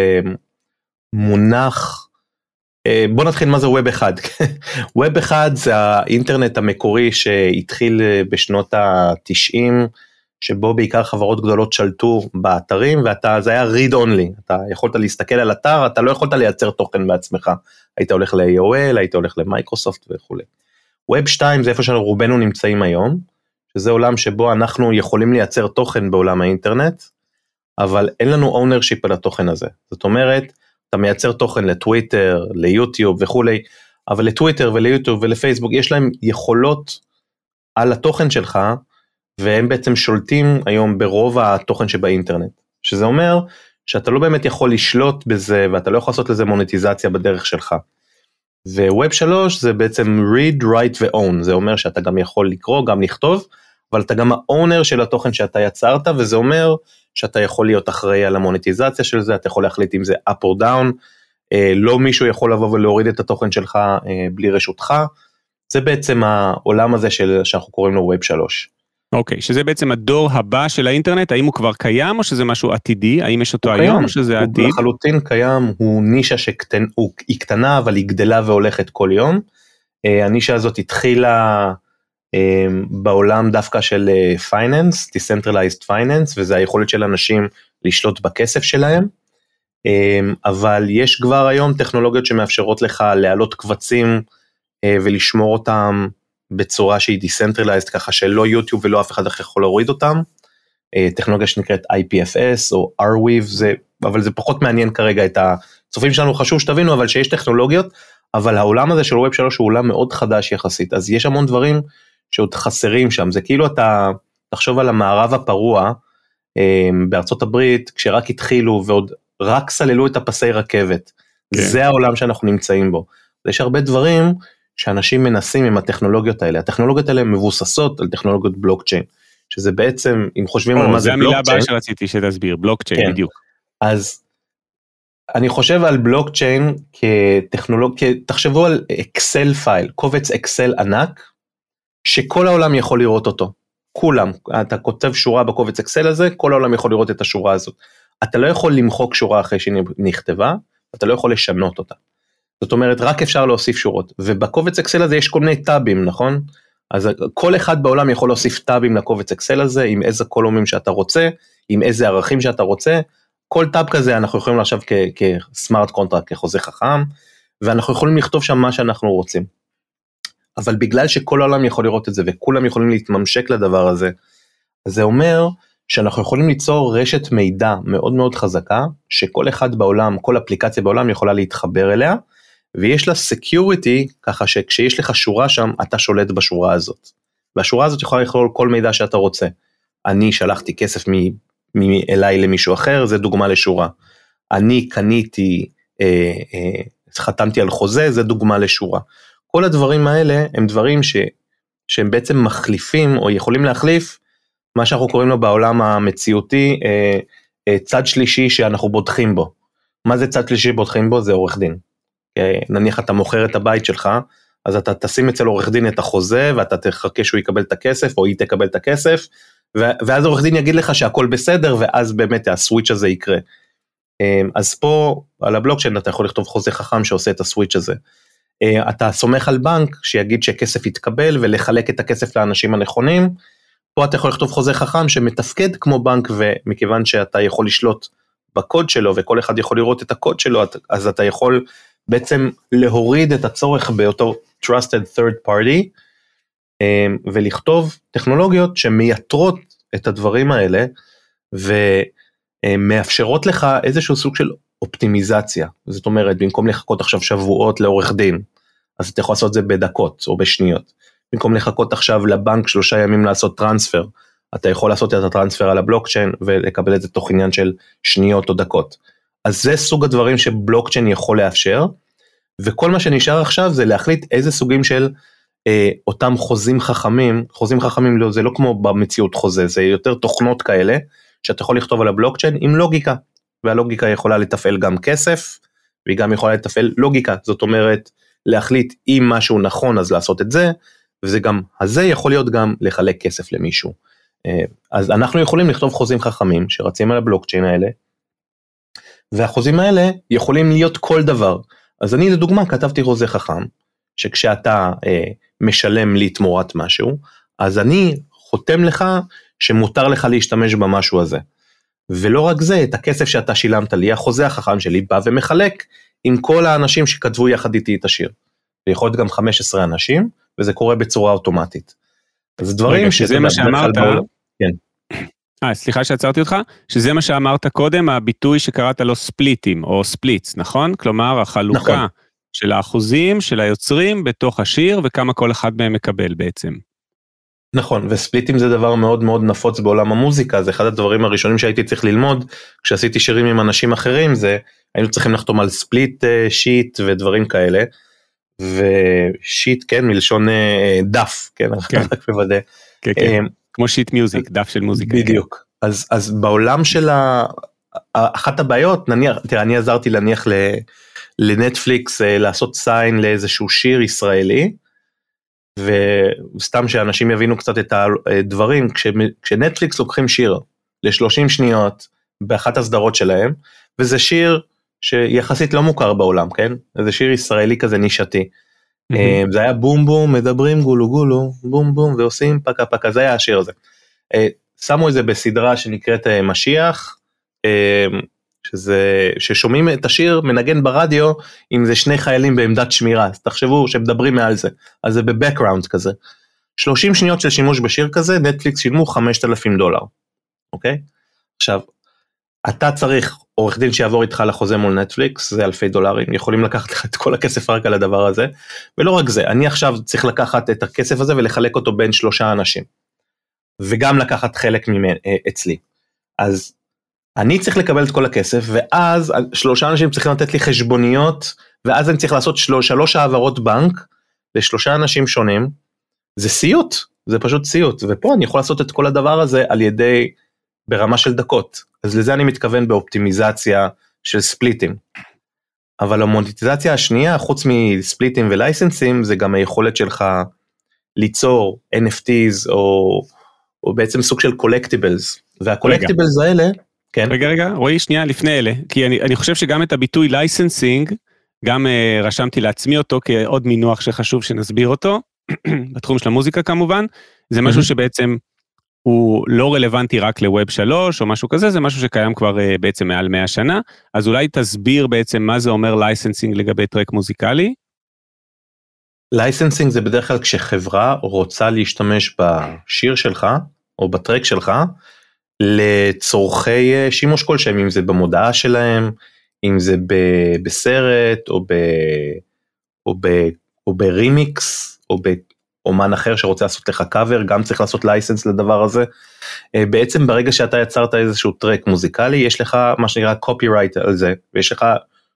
מונח, בוא נתחיל מה זה ווב 1. ווב 1 זה האינטרנט המקורי שהתחיל בשנות ה-90, שבו בעיקר חברות גדולות שלטו באתרים, זה היה read only, אתה יכולת להסתכל על אתר, אתה לא יכולת לייצר תוכן בעצמך, היית הולך ל-AOL, היית הולך למייקרוסופט וכו'. ווב 2 זה איפה שרובנו נמצאים היום, שזה עולם שבו אנחנו יכולים לייצר תוכן בעולם האינטרנט, אבל אין לנו ownership על התוכן הזה, זאת אומרת, אתה מייצר תוכן לטוויטר, ליוטיוב וכולי, אבל לטוויטר וליוטיוב ולפייסבוק, יש להם יכולות על התוכן שלך, והם בעצם שולטים היום ברוב התוכן שבאינטרנט, שזה אומר שאתה לא באמת יכול לשלוט בזה, ואתה לא יכול לעשות לזה מוניטיזציה בדרך שלך. וווב 3 זה בעצם read, write ו-own, זה אומר שאתה גם יכול לקרוא, גם לכתוב, אבל אתה גם האונר של התוכן שאתה יצרת, וזה אומר שאתה יכול להיות אחראי על המוניטיזציה של זה, אתה יכול להחליט אם זה up or down, לא מישהו יכול לבוא ולהוריד את התוכן שלך בלי רשותך, זה בעצם העולם הזה שאנחנו קוראים לו ווב 3. אוקיי, שזה בעצם הדור הבא של האינטרנט, האם הוא כבר קיים או שזה משהו עתידי, האם יש אותו היום או שזה עתיד? הוא לחלוטין קיים, הוא נישה היא קטנה אבל היא גדלה והולכת כל יום, הנישה הזאת התחילה בעולם דווקא של finance, decentralized finance, וזה היכולת של אנשים לשלוט בכסף שלהם, אבל יש כבר היום טכנולוגיות שמאפשרות לך להעלות קבצים ולשמור אותם בצורה שהיא decentralized, ככה שלא יוטיוב ולא אף אחד אחר יכול להוריד אותם, טכנולוגיה שנקראת IPFS או Arweave, אבל זה פחות מעניין כרגע את הצופים שלנו, חשוב שתבינו אבל שיש טכנולוגיות, אבל העולם הזה של ווב 3 הוא עולם מאוד חדש יחסית, אז יש המון דברים שעוד חסרים שם, זה כאילו אתה תחשוב על המערב הפרוע, בארצות הברית, כשרק התחילו ועוד רק סללו את הפסי רכבת, זה העולם שאנחנו נמצאים בו, יש הרבה דברים שאנשים מנסים עם הטכנולוגיות האלה, הטכנולוגיות האלה מבוססות על טכנולוגיות בלוקצ'יין, שזה בעצם, אם חושבים על מה זה בלוקצ'יין, זה המילה הבאה שרציתי שתסביר, בלוקצ'יין בדיוק. אז אני חושב על בלוקצ'יין כטכנולוגיה, תחשבו על אקסל פייל, קובץ אקסל ענק, שכל העולם יכול לראות אותו, כולם, אתה כותב שורה בקובץ אקסל הזה, כל העולם יכול לראות את השורה הזאת, אתה לא יכול למחוק שורה אחרי שהיא נכתבה, אתה לא יכול לשנות אותה, זאת אומרת רק אפשר להוסיף שורות, ובקובץ אקסל הזה יש כל מיני טאבים, נכון? אז כל אחד בעולם יכול להוסיף טאבים לקובץ אקסל הזה, עם איזה קולומים שאתה רוצה, עם איזה ערכים שאתה רוצה, כל טאב כזה אנחנו יכולים לחשב כסמארט קונטרקט, כחוזה חכם, ואנחנו יכולים לכתוב שם מה שאנחנו רוצים. אבל בגלל שכל העולם יכול לראות את זה, וכולם יכולים להתממשק לדבר הזה, זה אומר שאנחנו יכולים ליצור רשת מידע מאוד מאוד חזקה, שכל אחד בעולם, כל אפליקציה בעולם יכולה להתחבר אליה, ויש לה סקיוריטי, ככה שכשיש לך שורה שם, אתה שולט בשורה הזאת. והשורה הזאת יכולה לכלול כל מידע שאתה רוצה. אני שלחתי כסף אליי למישהו אחר, זה דוגמה לשורה. אני קניתי, חתמתי על חוזה, זה דוגמה לשורה. כל הדברים האלה הם דברים שהם בעצם מחליפים, או יכולים להחליף, מה שאנחנו קוראים לו בעולם המציאותי, צד שלישי שאנחנו בוטחים בו. מה זה צד שלישי בוטחים בו? זה עורך דין. נניח אתה מוכר את הבית שלך, אז אתה תשים אצל עורך דין את החוזה, ואתה תחכה שהוא יקבל את הכסף, או היא תקבל את הכסף, ואז עורך דין יגיד לך שהכל בסדר, ואז באמת הסוויץ' הזה יקרה. אז פה על הבלוקצ'יין אתה יכול לכתוב חוזה חכם שעושה את הסוויץ' הזה. אתה סומך על בנק שיגיד שכסף יתקבל, ולחלק את הכסף לאנשים הנכונים, פה אתה יכול לכתוב חוזה חכם שמתפקד כמו בנק, ומכיוון שאתה יכול לשלוט בקוד שלו, וכל אחד יכול לראות את הקוד שלו, אז אתה יכול בעצם להוריד את הצורך באותו trusted third party, ולכתוב טכנולוגיות שמייתרות את הדברים האלה, ומאפשרות לך איזשהו סוג של אופטימיזציה, זאת אומרת, במקום לחכות עכשיו שבועות לעורך דין, אז אתה יכול לעשות את זה בדקות או בשניות, במקום לחכות עכשיו לבנק 3 ימים לעשות טרנספר, אתה יכול לעשות את הטרנספר על הבלוקצ'יין, ולקבל את זה תוך עניין של שניות או דקות, אז זה סוג הדברים שבלוקצ'יין יכול לאפשר, וכל מה שנשאר עכשיו זה להחליט איזה סוגים של אותם חוזים חכמים לא, זה לא כמו במציאות חוזה, זה יותר תוכנות כאלה, שאתה יכול לכתוב על הבלוקצ'יין עם לוגיקה, והלוגיקה יכולה לתפעל גם כסף, והיא גם יכולה לתפעל לוגיקה, זאת אומרת, להחליט אם משהו נכון אז לעשות את זה, וזה גם, הזה יכול להיות גם לחלק כסף למישהו. אז אנחנו יכולים לכתוב חוזים חכמים, שרצים על הבלוקצ'יין האלה, והחוזים האלה יכולים להיות כל דבר, אז אני לדוגמה כתבתי חוזה חכם, שכשאתה משלם לי תמורת משהו, אז אני חותם לך שמותר לך להשתמש במשהו הזה. ולא רק זה, את הכסף שאתה שילמת לי, החוזה החכם שלי בא ומחלק עם כל האנשים שכתבו יחד איתי את השיר. זה יכול להיות גם 15 אנשים, וזה קורה בצורה אוטומטית. אז דברים שזה מה שאמרת, כן. סליחה שעצרתי אותך, שזה מה שאמרת קודם, הביטוי שקראת לו ספליטים, או ספליטס, נכון? כלומר, החלוקה נכון. של האחוזים, של היוצרים, בתוך השיר, וכמה כל אחד מהם מקבל בעצם. נכון, וספליטים זה דבר מאוד מאוד נפוץ בעולם המוזיקה, זה אחד הדברים הראשונים שהייתי צריך ללמוד, כשעשיתי שירים עם אנשים אחרים, זה, היינו צריכים לחתום על ספליט שיט ודברים כאלה, ושיט, כן, מלשון דף, כן, רק מוודא. כן, כן. כמו שיט מיוזיק, דף של מוזיקה. בדיוק. אז בעולם של אחת הבעיות, נניח, תראה, אני עזרתי להניח לנטפליקס לעשות סיין לאיזשהו שיר ישראלי, וסתם שאנשים יבינו קצת את הדברים, כשנטפליקס לוקחים שיר ל-30 שניות באחת הסדרות שלהם, וזה שיר שיחסית לא מוכר בעולם, כן? זה שיר ישראלי כזה נישתי, זה היה בום בום, מדברים גולו גולו, בום בום, ועושים פקה פקה, זה היה השיר הזה. שמו את זה בסדרה שנקראת משיח, ששומעים את השיר מנגן ברדיו, אם זה שני חיילים בעמדת שמירה, אז תחשבו שמדברים מעל זה, אז זה בבקראונד כזה. 30 שניות של שימוש בשיר כזה, נטפליקס שילמו $5,000, אוקיי? עכשיו, אתה צריך עורך דין שיעבור איתך לחוזה מול נטפליקס, זה $1,000, יכולים לקחת לך את כל הכסף רק על הדבר הזה, ולא רק זה, אני עכשיו צריך לקחת את הכסף הזה ולחלק אותו בין 3 אנשים, וגם לקחת חלק אצלי. אז אני צריך לקבל את כל הכסף, ואז 3 אנשים צריכים לתת לי חשבוניות, ואז אני צריך לעשות 3 העברות בנק, ל3 אנשים שונים, זה סיוט, זה פשוט סיוט, ופה אני יכול לעשות את כל הדבר הזה על ידי, ברמה של דקות, אז לזה אני מתכוון באופטימיזציה של ספליטים, אבל המוניטיזציה השנייה, חוץ מספליטים ולייסנסים, זה גם היכולת שלך ליצור NFTs, או בעצם סוג של קולקטיבלס, והקולקטיבלס האלה, כן. רגע, רואי שנייה לפני אלה, כי אני חושב שגם את הביטוי לייסנסינג, גם רשמתי לעצמי אותו, כעוד מינוח שחשוב שנסביר אותו, בתחום של המוזיקה כמובן, זה משהו שבעצם הוא לא רלוונטי רק לווב 3 או משהו כזה, זה משהו שקיים כבר בעצם מעל 100 שנה, אז אולי תסביר בעצם מה זה אומר לייסנסינג לגבי טרק מוזיקלי? לייסנסינג זה בדרך כלל כשחברה רוצה להשתמש בשיר שלך, או בטרק שלך, לצורכי שימוש כלשהם, אם זה במודעה שלהם, אם זה בסרט, או ברימיקס, או באומן אחר שרוצה לעשות לך קאבר, גם צריך לעשות לייסנס לדבר הזה. בעצם ברגע שאתה יצרת איזשהו טרק מוזיקלי, יש לך מה שנקרא copyright על זה, ויש לך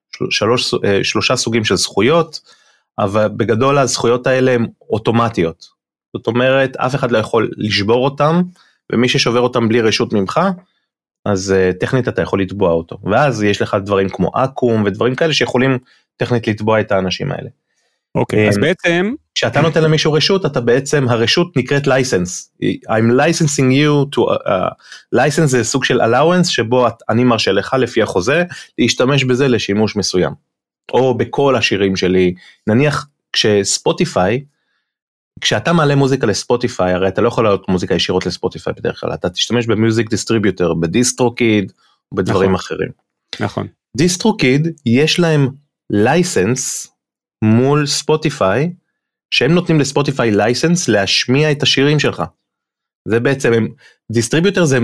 3 סוגים של זכויות, אבל בגדול הזכויות האלה הן אוטומטיות. זאת אומרת, אף אחד לא יכול לשבור אותם, ומי ששובר אותם בלי רשות ממך, אז טכנית אתה יכול לתבוע אותו. ואז יש לך דברים כמו אקום, ודברים כאלה שיכולים טכנית לתבוע את האנשים האלה. אוקיי, אז בעצם כשאתה נותן למישהו רשות, אתה בעצם, הרשות נקראת license. I'm licensing you to, license זה סוג של allowance, שבו אני מרשה לך לפי החוזה, להשתמש בזה לשימוש מסוים. או בכל השירים שלי, נניח כשספוטיפיי, כשאתה מעלה מוזיקה לספוטיפיי, הרי אתה לא יכול לעלות מוזיקה ישירות לספוטיפיי בדרך כלל, אתה תשתמש במיוזיק דיסטריביוטר, בדיסטרוקיד, או בדברים אחרים. נכון. דיסטרוקיד, יש להם לייסנס מול ספוטיפיי, שהם נותנים לספוטיפיי לייסנס להשמיע את השירים שלך. זה בעצם, דיסטריביוטרס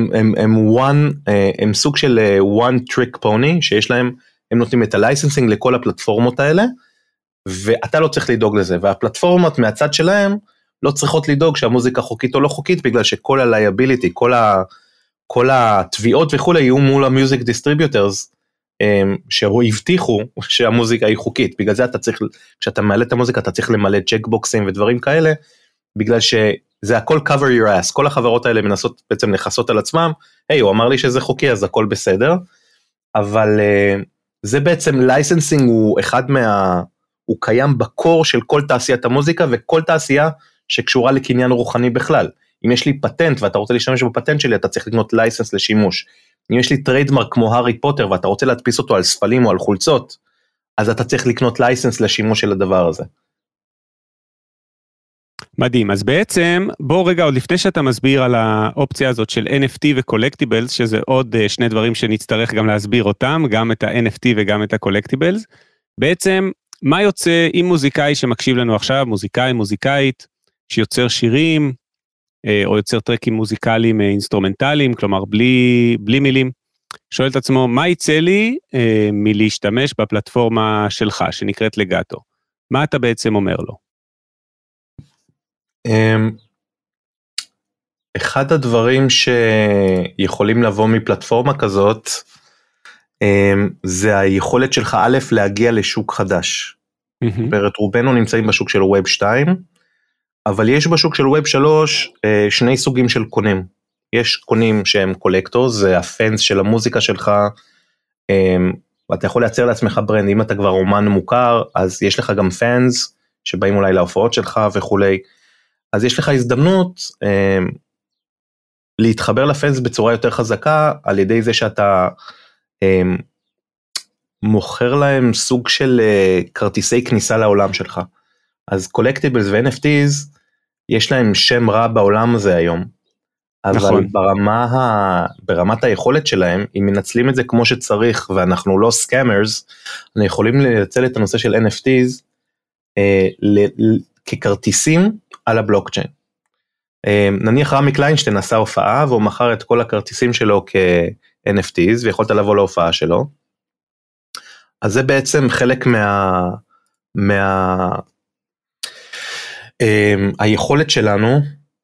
הם סוג של one trick pony, שיש להם, הם נותנים את הלייסנסינג לכל הפלטפורמות האלה, ואתה לא צריך לדאוג לזה, והפלטפורמות מהצד שלהם לא צריכות לדאוג שהמוזיקה חוקית או לא חוקית, בגלל שכל ה-liability, כל התביעות וכו' יהיו מול המיוזיק דיסטריביוטרס, שהבטיחו שהמוזיקה היא חוקית, בגלל זה אתה צריך, כשאתה מעלה את המוזיקה, אתה צריך למלא צ'קבוקסים ודברים כאלה, בגלל שזה הכל cover your ass, כל החברות האלה מנסות בעצם לחסות על עצמם, היי, הוא אמר לי שזה חוקי, אז הכל בסדר, אבל זה בעצם, לייסנסינג הוא הוא קיים בקור של כל תעשיית המוזיקה, וכל תעשייה שקשורה לקניין רוחני בכלל. אם יש לי פטנט, ואתה רוצה להשתמש בפטנט שלי, אתה צריך לקנות לייסנס לשימוש. אם יש לי טריידמרק כמו הארי פוטר, ואתה רוצה להדפיס אותו על ספלים או על חולצות, אז אתה צריך לקנות לייסנס לשימוש של הדבר הזה. מדהים, אז בעצם, בוא רגע, עוד לפני שאתה מסביר על האופציה הזאת של NFT ו-Collectibles, שזה עוד 2 דברים שנצטרך גם להסביר אותם, גם את ה-NFT וגם את ה-Collectibles, בעצם, מה יוצא עם מוזיקאי שמקשיב לנו עכשיו, מוזיקאית, שיוצר שירים, או יוצר טרקים מוזיקליים אינסטרומנטליים, כלומר בלי מילים, שואל את עצמו, מה יצא לי מלהשתמש בפלטפורמה שלך, שנקראת לגאטו? מה אתה בעצם אומר לו? אחד הדברים שיכולים לבוא מפלטפורמה כזאת, זה היכולת שלך א' להגיע לשוק חדש. זאת רובנו נמצאים בשוק של ווב 2, אבל יש בשוק של ווב 3 2 סוגים של קונים. יש קונים שהם קולקטור, זה הפנס של המוזיקה שלך, ואתה יכול לייצר לעצמך ברנד, אם אתה כבר אומן מוכר, אז יש לך גם פנס, שבאים אולי להופעות שלך וכולי, אז יש לך הזדמנות להתחבר לפנס בצורה יותר חזקה, על ידי זה שאתה מוכר להם סוג של כרטיסי כניסה לעולם שלך. אז קולקטיבלס ו-NFTs, יש להם שם רע בעולם הזה היום, אבל נכון. ברמת היכולת שלהם, אם מנצלים את זה כמו שצריך, ואנחנו לא סקאמרס, אנחנו יכולים לנצל את הנושא של NFTs, ככרטיסים על הבלוקצ'יין. נניח רמי קליינשטיין עשה הופעה, והוא מכר את כל הכרטיסים שלו כ-NFTs, ויכולת לבוא להופעה שלו. אז זה בעצם חלק היכולת שלנו,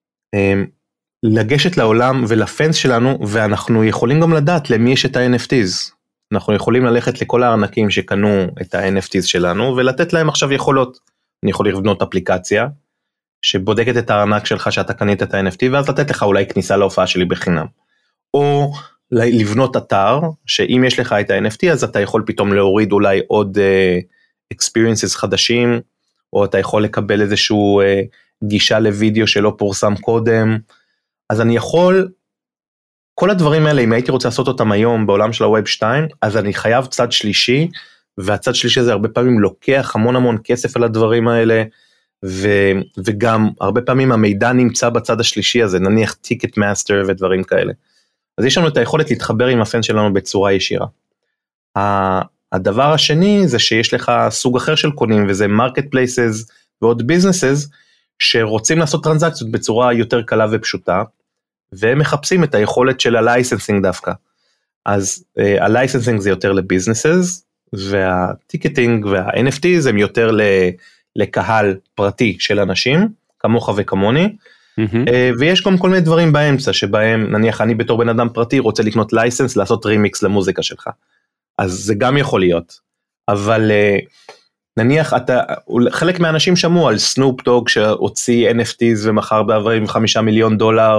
לגשת לעולם ולפנס שלנו, ואנחנו יכולים גם לדעת למי יש את ה-NFTs. אנחנו יכולים ללכת לכל הארנקים שקנו את ה-NFTs שלנו, ולתת להם עכשיו יכולות. אני יכול לבנות אפליקציה, שבודקת את הארנק שלך שאתה קנית את ה-NFT, ואז לתת לך אולי כניסה להופעה שלי בחינם. או לבנות אתר, שאם יש לך את ה-NFT, אז אתה יכול פתאום להוריד אולי עוד experiences חדשים, או אתה יכול לקבל איזשהו גישה לוידאו שלא פורסם קודם. אז אני יכול, כל הדברים האלה, אם הייתי רוצה לעשות אותם היום בעולם של הווב 2, אז אני חייב צד שלישי, והצד שלישי הזה הרבה פעמים לוקח המון כסף על הדברים האלה, וגם הרבה פעמים המידע נמצא בצד השלישי הזה, נניח טיקט מאסטר ודברים כאלה. אז יש לנו את היכולת להתחבר עם הפן שלנו בצורה ישירה. הדבר השני זה שיש לך סוג אחר של קונים, וזה מרקט פלייסס ועוד ביזנסס, שרוצים לעשות טרנזקציות בצורה יותר קלה ופשוטה, והם מחפשים את היכולת של הלייסנסינג דווקא. אז הלייסנסינג זה יותר לביזנסס, והטיקטינג וה-NFTs הם יותר לקהל פרטי של אנשים, כמוך וכמוני, ויש גם כל מיני דברים באמצע, שבהם נניח אני בתור בן אדם פרטי רוצה לקנות לייסנס, לעשות רימיקס למוזיקה שלך, אז זה גם יכול להיות, אבל נניח חלק מהאנשים שמעו על סנופ דוג שהוציא NFTs ומחר $45 מיליון,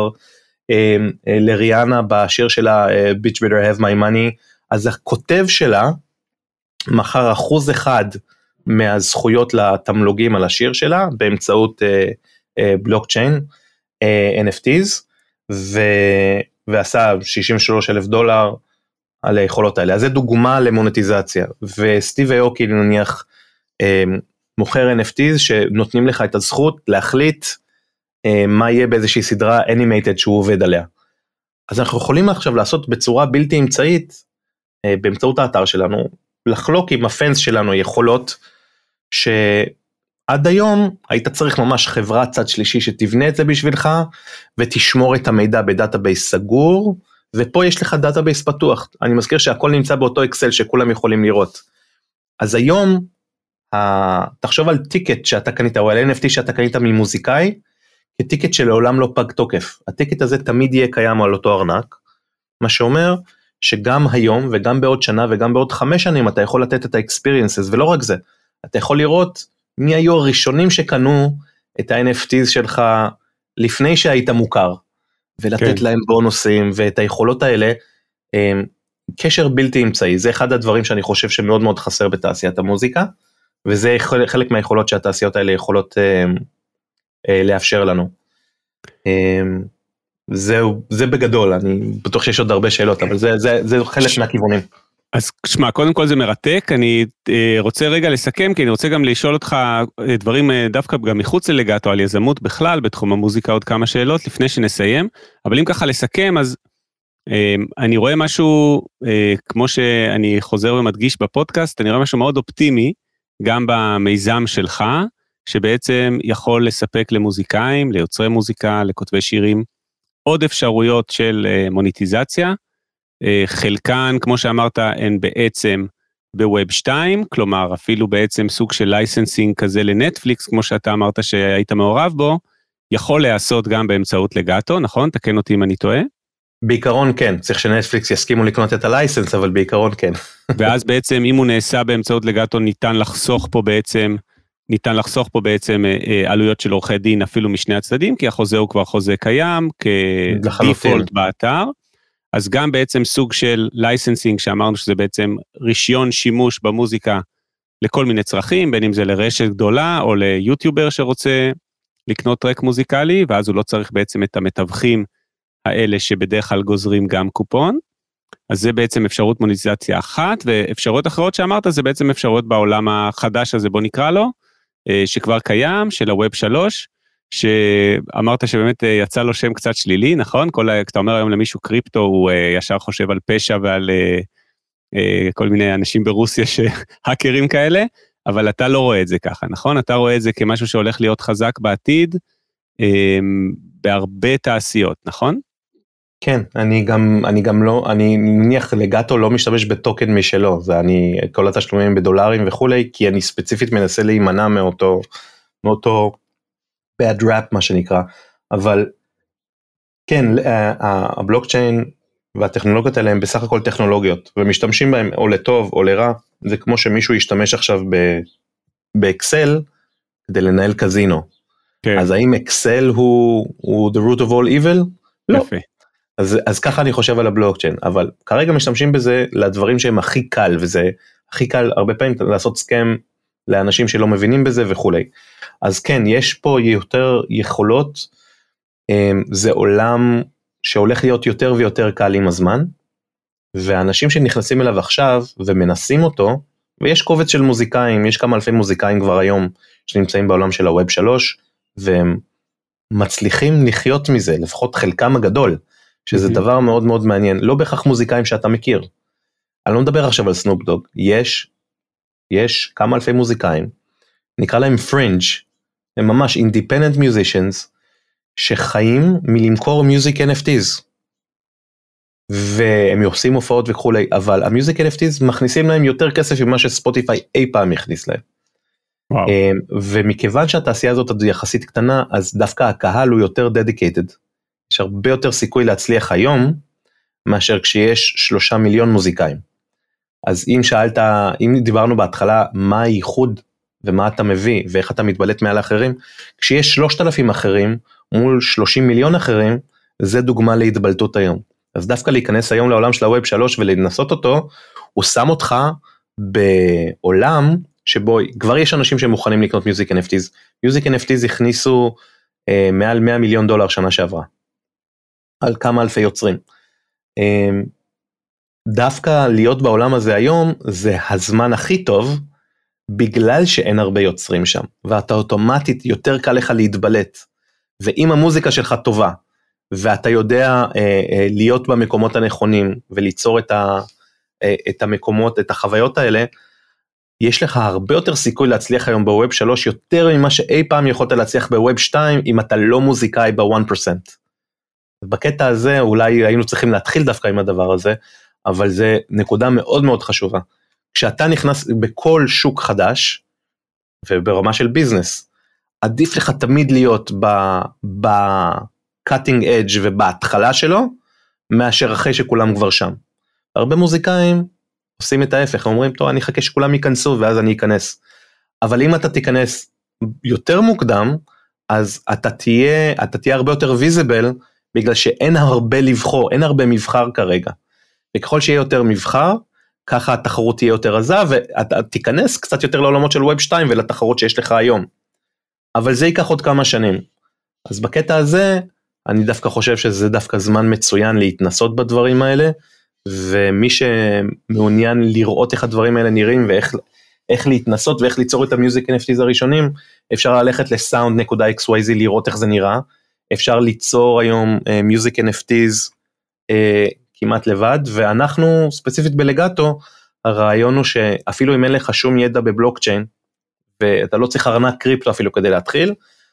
לריאנה בשיר שלה Bitch Better Have My Money, אז הכותב שלה מחר 1% מהזכויות לתמלוגים על השיר שלה, באמצעות בלוקצ'יין, NFTs, ועשה $63,000 על היכולות האלה. אז זה דוגמה למונטיזציה, וסטיב איוקי נניח מוכר NFTs, שנותנים לך את הזכות להחליט מה יהיה באיזושהי סדרה אנימייטד שהוא עובד עליה. אז אנחנו יכולים עכשיו לעשות בצורה בלתי אמצעית, באמצעות האתר שלנו, לחלוק עם הפנס שלנו יכולות, שעד היום היית צריך ממש חברת צד שלישי שתבנה את זה בשבילך, ותשמור את המידע בדאטאבייס סגור, ופה יש לך דאטאבייס פתוח. אני מזכיר שהכל נמצא באותו אקסל שכולם יכולים לראות. אז היום, תחשוב על טיקט שאתה קנית, או על NFT שאתה קנית ממוזיקאי, כטיקט שלעולם לא פג תוקף. הטיקט הזה תמיד יהיה קיים על אותו ארנק, מה שאומר שגם היום וגם בעוד שנה וגם בעוד 5 שנים אתה יכול לתת את ה-experiences, ולא רק זה, אתה יכול לראות מי היו הראשונים שקנו את ה-NFTs שלך לפני שהיית מוכר, ולתת להם בונוסים ואת היכולות האלה, קשר בלתי אמצעי, זה אחד הדברים שאני חושב שמאוד מאוד חסר בתעשיית המוזיקה, וזה חלק מהיכולות שהתעשיות האלה יכולות לאפשר לנו. זה בגדול, אני בטוח שיש עוד הרבה שאלות, אבל זה חלק מהכיוונים. אז שמע, קודם כל זה מרתק, אני רוצה רגע לסכם, כי אני רוצה גם לשאול אותך דברים דווקא גם מחוץ ללגאטו, על יזמות בכלל, בתחום המוזיקה עוד כמה שאלות, לפני שנסיים, אבל אם ככה לסכם, אז אני רואה משהו, כמו שאני חוזר ומדגיש בפודקאסט, אני רואה משהו מאוד אופטימי, גם במיזם שלך, שבעצם יכול לספק למוזיקאים, ליוצרי מוזיקה, לכותבי שירים, עוד אפשרויות של מוניטיזציה, חלקן, כמו שאמרת, הן בעצם בווב 2, כלומר, אפילו בעצם סוג של לייסנסינג כזה לנטפליקס, כמו שאתה אמרת שהיית מעורב בו, יכול להיעשות גם באמצעות לגאטו, נכון? תקן אותי אם אני טועה. בעיקרון כן, צריך שנטפליקס יסכימו לקנות את הלייסנס, אבל בעיקרון כן. ואז בעצם, אם הוא נעשה באמצעות לגאטו, ניתן לחסוך פה בעצם עלויות של עורכי דין, אפילו משני הצדדים, כי החוזה הוא כבר חוזה קיים, כדיפולט באתר, אז גם בעצם סוג של לייסנסינג, שאמרנו שזה בעצם רישיון שימוש במוזיקה, לכל מיני צרכים, בין אם זה לרשת גדולה, או ליוטיובר שרוצה לקנות טרק מוזיקלי, ואז הוא לא צריך בעצם את המתווכים האלה, שבדרך כלל גוזרים גם קופון, אז זה בעצם אפשרות מוניטיזציה אחת, ואפשרויות אחרות שאמרת, זה בעצם אפשרויות בעולם החדש הזה, בוא נקרא לו, שכבר קיים, של הווב 3, שאמרת שבאמת יצא לו שם קצת שלילי, נכון? כשאתה אומר היום למישהו קריפטו, הוא ישר חושב על פשע ועל כל מיני אנשים ברוסיה שהאקרים כאלה, אבל אתה לא רואה את זה ככה, נכון? אתה רואה את זה כמשהו שהולך להיות חזק בעתיד, בהרבה תעשיות, נכון? כן, אני גם לא, אני מניח לגאטו לא משתמש בטוקן משלו, זה כל התשלומים בדולרים וכולי, כי אני ספציפית מנסה להימנע מאותו bad rap מה שנקרא, אבל כן, הבלוקצ'יין והטכנולוגיות האלה הם בסך הכל טכנולוגיות, ומשתמשים בהם או לטוב או לרע, זה כמו שמישהו ישתמש עכשיו באקסל, כדי לנהל קזינו. כן. אז האם אקסל הוא the root of all evil? לא. יפה. אז ככה אני חושב על הבלוקצ'יין, אבל כרגע משתמשים בזה לדברים שהם הכי קל, וזה הכי קל הרבה פעמים לעשות סקם לאנשים שלא מבינים בזה וכולי. אז כן, יש פה יותר יכולות, זה עולם שהולך להיות יותר ויותר קל עם הזמן, ואנשים שנכנסים אליו עכשיו ומנסים אותו, ויש קובץ של מוזיקאים, יש כמה אלפי מוזיקאים כבר היום שנמצאים בעולם של הווב 3, והם מצליחים לחיות מזה, לפחות חלקם הגדול, שזה דבר מאוד מאוד מעניין, לא בהכרח מוזיקאים שאתה מכיר. אני לא מדבר עכשיו על סנופ דוג, יש כמה אלפי מוזיקאים, נקרא להם פרינג', הם ממש independent musicians, שחיים מלמכור מיוזיק NFTs, והם עושים הופעות וכולי, אבל המיוזיק NFTs מכניסים להם יותר כסף ממה שספוטיפיי אי פעם יכניס להם. וואו. ומכיוון שהתעשייה הזאת יחסית קטנה, אז דווקא הקהל הוא יותר dedicated, יש הרבה יותר סיכוי להצליח היום, מאשר כשיש 3 מיליון מוזיקאים. אז אם דיברנו בהתחלה, מה הייחוד, ומה אתה מביא, ואיך אתה מתבלט מעל האחרים, כשיש 3,000 אחרים, מול 30 מיליון אחרים, זה דוגמה להתבלטות היום. אז דווקא להיכנס היום לעולם של הווב 3, ולנסות אותו, הוא שם אותך בעולם, שבו כבר יש אנשים שמוכנים לקנות מיוזיק NFTs, מיוזיק NFTs הכניסו מעל $100 מיליון שנה שעברה. על כמה אלפי יוצרים. דווקא להיות בעולם הזה היום, זה הזמן הכי טוב, בגלל שאין הרבה יוצרים שם, ואתה אוטומטית יותר קל לך להתבלט, ואם המוזיקה שלך טובה, ואתה יודע להיות במקומות הנכונים, וליצור את המקומות, את החוויות האלה, יש לך הרבה יותר סיכוי להצליח היום בווב 3, יותר ממה שאי פעם יכולת להצליח בווב 2, אם אתה לא מוזיקאי ב-1%. בקטע הזה אולי היינו צריכים להתחיל דווקא עם הדבר הזה, אבל זה נקודה מאוד מאוד חשובה. כשאתה נכנס בכל שוק חדש, וברמה של ביזנס, עדיף לך תמיד להיות ב-cutting edge ובהתחלה שלו, מאשר אחרי שכולם כבר שם. הרבה מוזיקאים עושים את ההפך, אומרים, טוב, אני אחכה שכולם ייכנסו, ואז אני אכנס. אבל אם אתה תיכנס יותר מוקדם, אז אתה תהיה הרבה יותר visible, בגלל שאין הרבה לבחור, אין הרבה מבחר כרגע. וככל שיהיה יותר מבחר, ככה התחרות תהיה יותר עזה, ואתה תיכנס קצת יותר לעולמות של ווב 2, ולתחרות שיש לך היום. אבל זה ייקח עוד כמה שנים. אז בקטע הזה, אני דווקא חושב שזה דווקא זמן מצוין להתנסות בדברים האלה, ומי שמעוניין לראות איך הדברים האלה נראים, ואיך להתנסות, ואיך ליצור את המיוזיק NFTs הראשונים, אפשר ללכת לsound.xyz לראות איך זה נראה, אפשר ליצור היום מיוזיק NFTs כמעט לבד, ואנחנו ספציפית בלגאטו, הרעיון הוא שאפילו אם אין לך שום ידע בבלוקצ'יין, ואתה לא צריך ארנק קריפטו אפילו כדי להתחיל,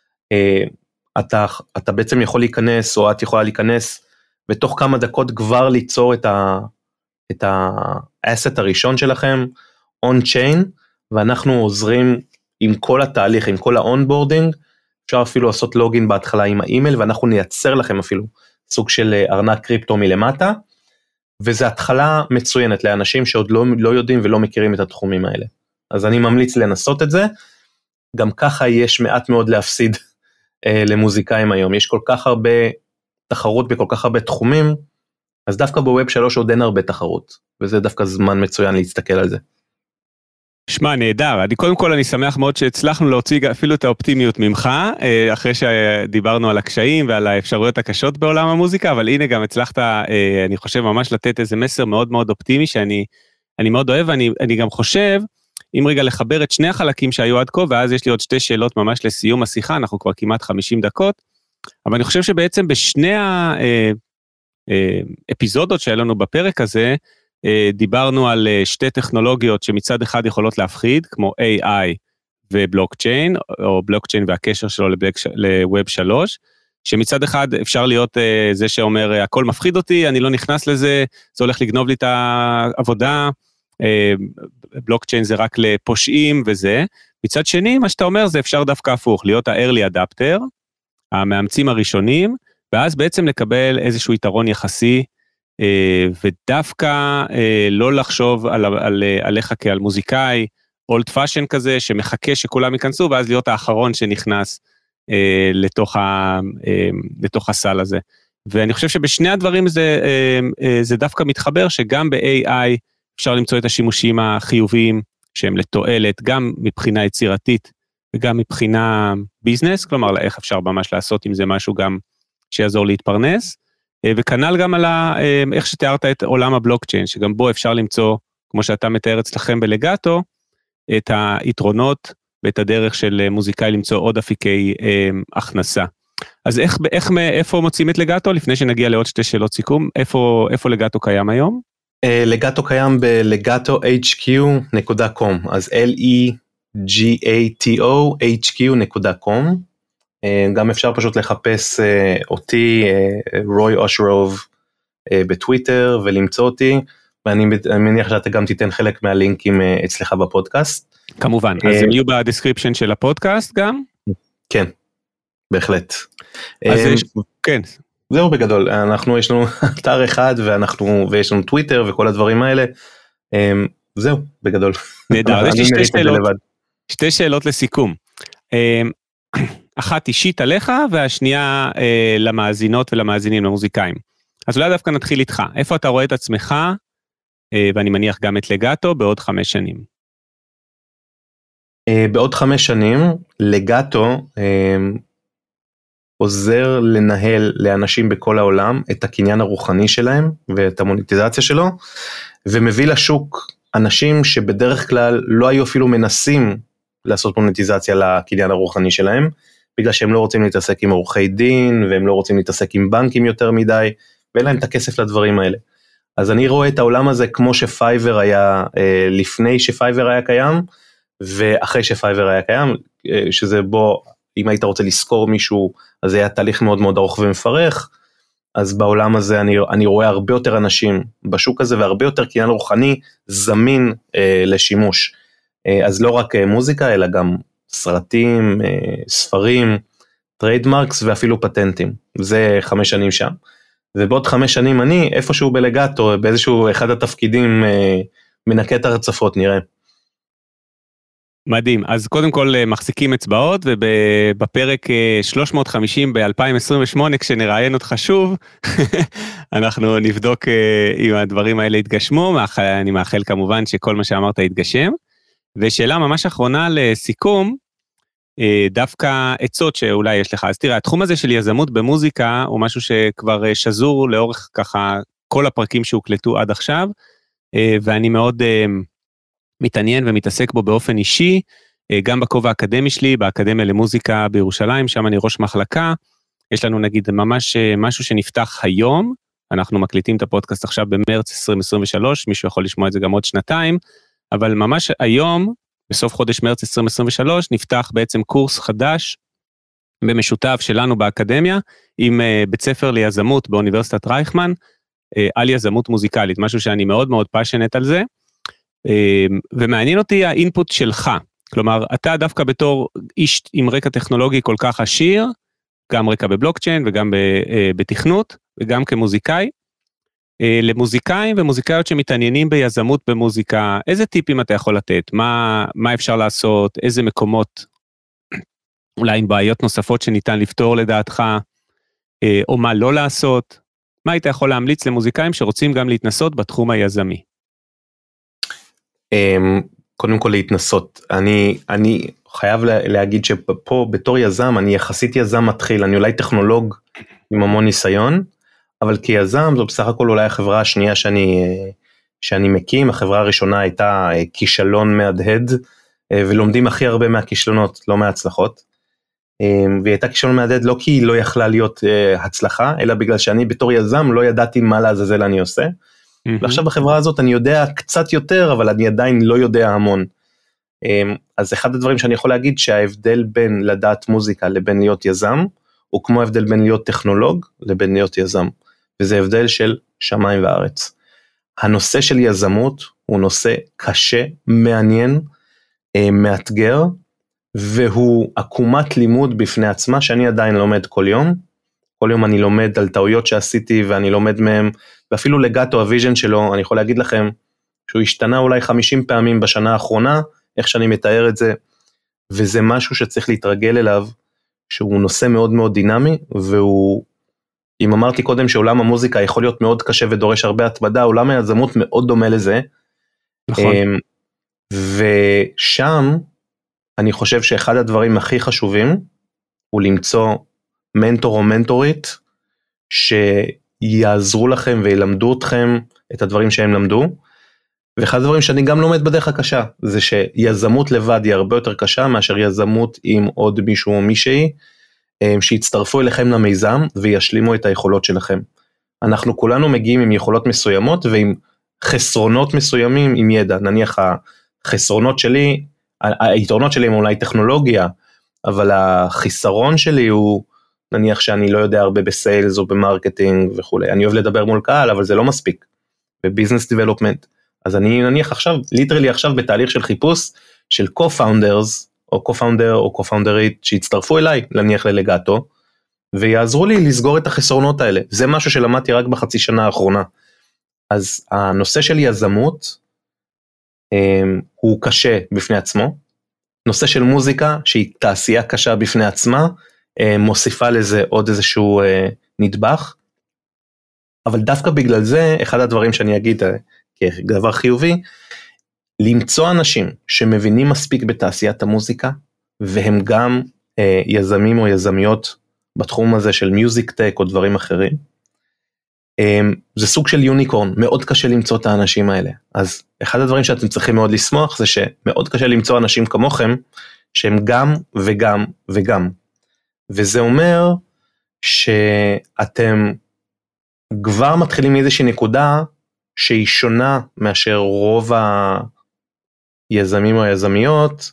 אתה בעצם יכול להיכנס, או את יכולה להיכנס, ותוך כמה דקות כבר ליצור את האסט הראשון שלכם, on-chain, ואנחנו עוזרים עם כל התהליך, עם כל ה-onboarding, אפשר אפילו לעשות לוגין בהתחלה עם האימייל, ואנחנו נייצר לכם אפילו סוג של ארנק קריפטו מלמטה, וזו התחלה מצוינת לאנשים שעוד לא יודעים ולא מכירים את התחומים האלה. אז אני ממליץ לנסות את זה, גם ככה יש מעט מאוד להפסיד למוזיקאים היום, יש כל כך הרבה תחרות בכל כך הרבה תחומים, אז דווקא בווב 3 עוד אין הרבה תחרות, וזה דווקא זמן מצוין להסתכל על זה. שמע, נהדר, קודם כל אני שמח מאוד שהצלחנו להוציא אפילו את האופטימיות ממך, אחרי שדיברנו על הקשיים ועל האפשרויות הקשות בעולם המוזיקה, אבל הנה גם הצלחת, אני חושב ממש לתת איזה מסר מאוד מאוד אופטימי, שאני מאוד אוהב, ואני גם חושב אם רגע לחבר את שני החלקים שהיו עד כה, ואז יש לי עוד 2 שאלות ממש לסיום השיחה, אנחנו כבר כמעט 50 דקות, אבל אני חושב שבעצם בשני האפיזודות שהיו לנו בפרק הזה, דיברנו על 2 טכנולוגיות שמצד אחד יכולות להפחיד, כמו AI ובלוקצ'יין, או בלוקצ'יין והקשר שלו לווב 3, שמצד אחד אפשר להיות זה שאומר, הכל מפחיד אותי, אני לא נכנס לזה, זה הולך לגנוב לי את העבודה, בלוקצ'יין זה רק לפושעים וזה. מצד שני, מה שאתה אומר זה אפשר דווקא הפוך, להיות ה-early adapter, המאמצים הראשונים, ואז בעצם לקבל איזשהו יתרון יחסי, ודווקא לא לחשוב עליך כעל מוזיקאי, אולד פאשן כזה, שמחכה שכולם ייכנסו, ואז להיות האחרון שנכנס לתוך הסל הזה. ואני חושב שבשני הדברים זה דווקא מתחבר, שגם ב-AI אפשר למצוא את השימושים החיוביים, שהם לתועלת, גם מבחינה יצירתית, וגם מבחינה ביזנס, כלומר, איך אפשר ממש לעשות עם זה משהו גם שיעזור להתפרנס, וכנ"ל גם על איך שתיארת את עולם הבלוקצ'יין, שגם בו אפשר למצוא, כמו שאתה מתאר אצלכם בלגאטו, את היתרונות ואת הדרך של מוזיקאי למצוא עוד אפיקי הכנסה. אז איפה מוצאים את לגאטו? לפני שנגיע לעוד 2 שאלות סיכום, איפה לגאטו קיים היום? לגאטו קיים ב-legatohq.com, אז legatohq.com, גם אפשר פשוט לחפש אותי, רוי אושרוב, בטוויטר ולמצוא אותי, ואני מניח שאתה גם תיתן חלק מהלינקים אצלך בפודקאסט. כמובן, אז הם יהיו בדסקריפשן של הפודקאסט גם? כן, בהחלט. כן. זהו בגדול, יש לנו אתר אחד ויש לנו טוויטר וכל הדברים האלה, זהו בגדול. נהדר, יש לי 2 שאלות לסיכום. אחת אישית עליך, והשנייה למאזינות ולמאזינים, למוזיקאים. אז אולי דווקא נתחיל איתך. איפה אתה רואה את עצמך, ואני מניח גם את לגאטו, בעוד 5 שנים? בעוד 5 שנים, לגאטו עוזר לנהל לאנשים בכל העולם את הקניין הרוחני שלהם, ואת המוניטיזציה שלו, ומביא לשוק אנשים שבדרך כלל לא היו אפילו מנסים לעשות מוניטיזציה לקניין הרוחני שלהם, בגלל שהם לא רוצים להתעסק עם עורכי דין, והם לא רוצים להתעסק עם בנקים יותר מדי, ואין להם את הכסף לדברים האלה. אז אני רואה את העולם הזה כמו שפייבר היה, לפני שפייבר היה קיים, ואחרי שפייבר היה קיים, שזה בו, אם היית רוצה לזכור מישהו, אז זה היה תהליך מאוד מאוד ארוך ומפרך, אז בעולם הזה אני רואה הרבה יותר אנשים בשוק הזה, והרבה יותר קניין רוחני זמין לשימוש. אז לא רק מוזיקה, אלא גם סרטים, ספרים, טריידמרקס ואפילו פטנטים. זה 5 שנים שם. ובעוד 5 שנים אני איפשהו בלגאטו, באיזשהו אחד התפקידים מנקה את הרצפות, נראה. מדהים, אז קודם כל מחזיקים אצבעות, ובפרק 350 ב-2028, כשנראיין אותך שוב, אנחנו נבדוק אם הדברים האלה יתגשמו, אני מאחל כמובן שכל מה שאמרת יתגשם, ושאלה ממש אחרונה לסיכום, דווקא עצות שאולי יש לך, אז תראה, התחום הזה של יזמות במוזיקה, הוא משהו שכבר שזור לאורך ככה כל הפרקים שהוקלטו עד עכשיו, ואני מאוד מתעניין ומתעסק בו באופן אישי, גם בכובע האקדמי שלי, באקדמיה למוזיקה בירושלים, שם אני ראש מחלקה, יש לנו נגיד ממש משהו שנפתח היום, אנחנו מקליטים את הפודקאסט עכשיו במרץ 2023, מישהו יכול לשמוע את זה גם עוד 2, אבל ממש היום, בסוף חודש מרץ 2023, נפתח בעצם קורס חדש, במשותף שלנו באקדמיה, עם בית ספר ליזמות באוניברסיטת רייכמן, על יזמות מוזיקלית, משהו שאני מאוד מאוד פאשנט על זה, ומעניין אותי האינפוט שלך, כלומר, אתה דווקא בתור איש עם רקע טכנולוגי כל כך עשיר, גם רקע בבלוקצ'יין וגם בתכנות, וגם כמוזיקאי, למוזיקאים ומוזיקאיות שמתעניינים ביזמות במוזיקה, איזה טיפים אתה יכול לתת? מה אפשר לעשות? איזה מקומות, אולי עם בעיות נוספות שניתן לפתור לדעתך, או מה לא לעשות? מה היית יכול להמליץ למוזיקאים שרוצים גם להתנסות בתחום היזמי? קודם כל להתנסות, אני חייב להגיד שפה בתור יזם, אני יחסית יזם מתחיל, אני אולי טכנולוג עם המון ניסיון, אבל כיזם זו בסך הכל אולי החברה השנייה שאני מקים, החברה הראשונה הייתה כישלון מהדהד, ולומדים הכי הרבה מהכישלונות, לא מההצלחות, והיא הייתה כישלון מהדהד לא כי היא לא יכלה להיות הצלחה, אלא בגלל שאני בתור יזם לא ידעתי מה לעזאזל אני עושה, ועכשיו בחברה הזאת אני יודע קצת יותר, אבל אני עדיין לא יודע המון. אז אחד הדברים שאני יכול להגיד שההבדל בין לדעת מוזיקה לבין להיות יזם, הוא כמו ההבדל בין להיות טכנולוג לבין להיות יזם, וזה הבדל של שמיים וארץ. הנושא של יזמות הוא נושא קשה, מעניין, מאתגר, והוא עקומת לימוד בפני עצמה, שאני עדיין לומד כל יום. כל יום אני לומד על טעויות שעשיתי, ואני לומד מהם, ואפילו לגאטו הוויז'ן שלו, אני יכול להגיד לכם, שהוא השתנה אולי 50 פעמים בשנה האחרונה, איך שאני מתאר את זה, וזה משהו שצריך להתרגל אליו, שהוא נושא מאוד מאוד דינמי, והוא, אם אמרתי קודם שעולם המוזיקה יכול להיות מאוד קשה ודורש הרבה התמדה, עולם היזמות מאוד דומה לזה. נכון. ושם, אני חושב שאחד הדברים הכי חשובים, הוא למצוא מנטור או מנטורית, שיעזרו לכם וילמדו אתכם את הדברים שהם למדו, ואחד הדברים שאני גם לומד בדרך הקשה, זה שיזמות לבד היא הרבה יותר קשה, מאשר יזמות עם עוד מישהו או מישהי, שיצטרפו אליכם למיזם, וישלימו את היכולות שלכם. אנחנו כולנו מגיעים עם יכולות מסוימות, ועם חסרונות מסוימים עם ידע, נניח החסרונות שלי, היתרונות שלי הם אולי טכנולוגיה, אבל החיסרון שלי הוא, נניח שאני לא יודע הרבה בסיילס או במרקטינג וכו'. אני אוהב לדבר מול קהל, אבל זה לא מספיק. בביזנס דיבלופמנט. אז אני נניח עכשיו, ליטרלי עכשיו בתהליך של חיפוש, של co-founders, או co-founder או co-founderית, שיצטרפו אליי, נניח ללגאטו, ויעזרו לי לסגור את החסרונות האלה. זה משהו שלמדתי רק בחצי שנה האחרונה. אז הנושא של יזמות, הוא קשה בפני עצמו. נושא של מוזיקה, שהיא תעשייה קשה בפני עצמה, מוסיפה לזה עוד איזשהו נדבך, אבל דווקא בגלל זה, אחד הדברים שאני אגיד כדבר חיובי, למצוא אנשים שמבינים מספיק בתעשיית המוזיקה, והם גם יזמים או יזמיות בתחום הזה של מיוזיק טק או דברים אחרים, זה סוג של יוניקורן, מאוד קשה למצוא את האנשים האלה. אז אחד הדברים שאתם צריכים מאוד לשמוח, זה שמאוד קשה למצוא אנשים כמוכם, שהם גם וגם וגם. וזה אומר שאתם כבר מתחילים מאיזושהי נקודה, שהיא שונה מאשר רוב היזמים או היזמיות,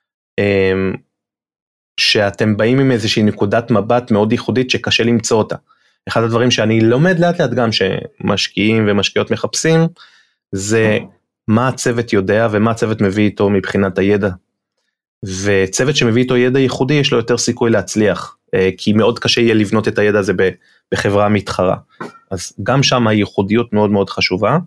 שאתם באים עם איזושהי נקודת מבט מאוד ייחודית, שקשה למצוא אותה. אחד הדברים שאני לומד לאט לאט גם שמשקיעים ומשקיעות מחפשים, זה מה הצוות יודע ומה הצוות מביא איתו מבחינת הידע. וצוות שמביא איתו ידע ייחודי יש לו יותר סיכוי להצליח, כי מאוד קשה יהיה לבנות את הידע הזה בחברה מתחרה. אז גם שם הייחודיות מאוד מאוד חשובה,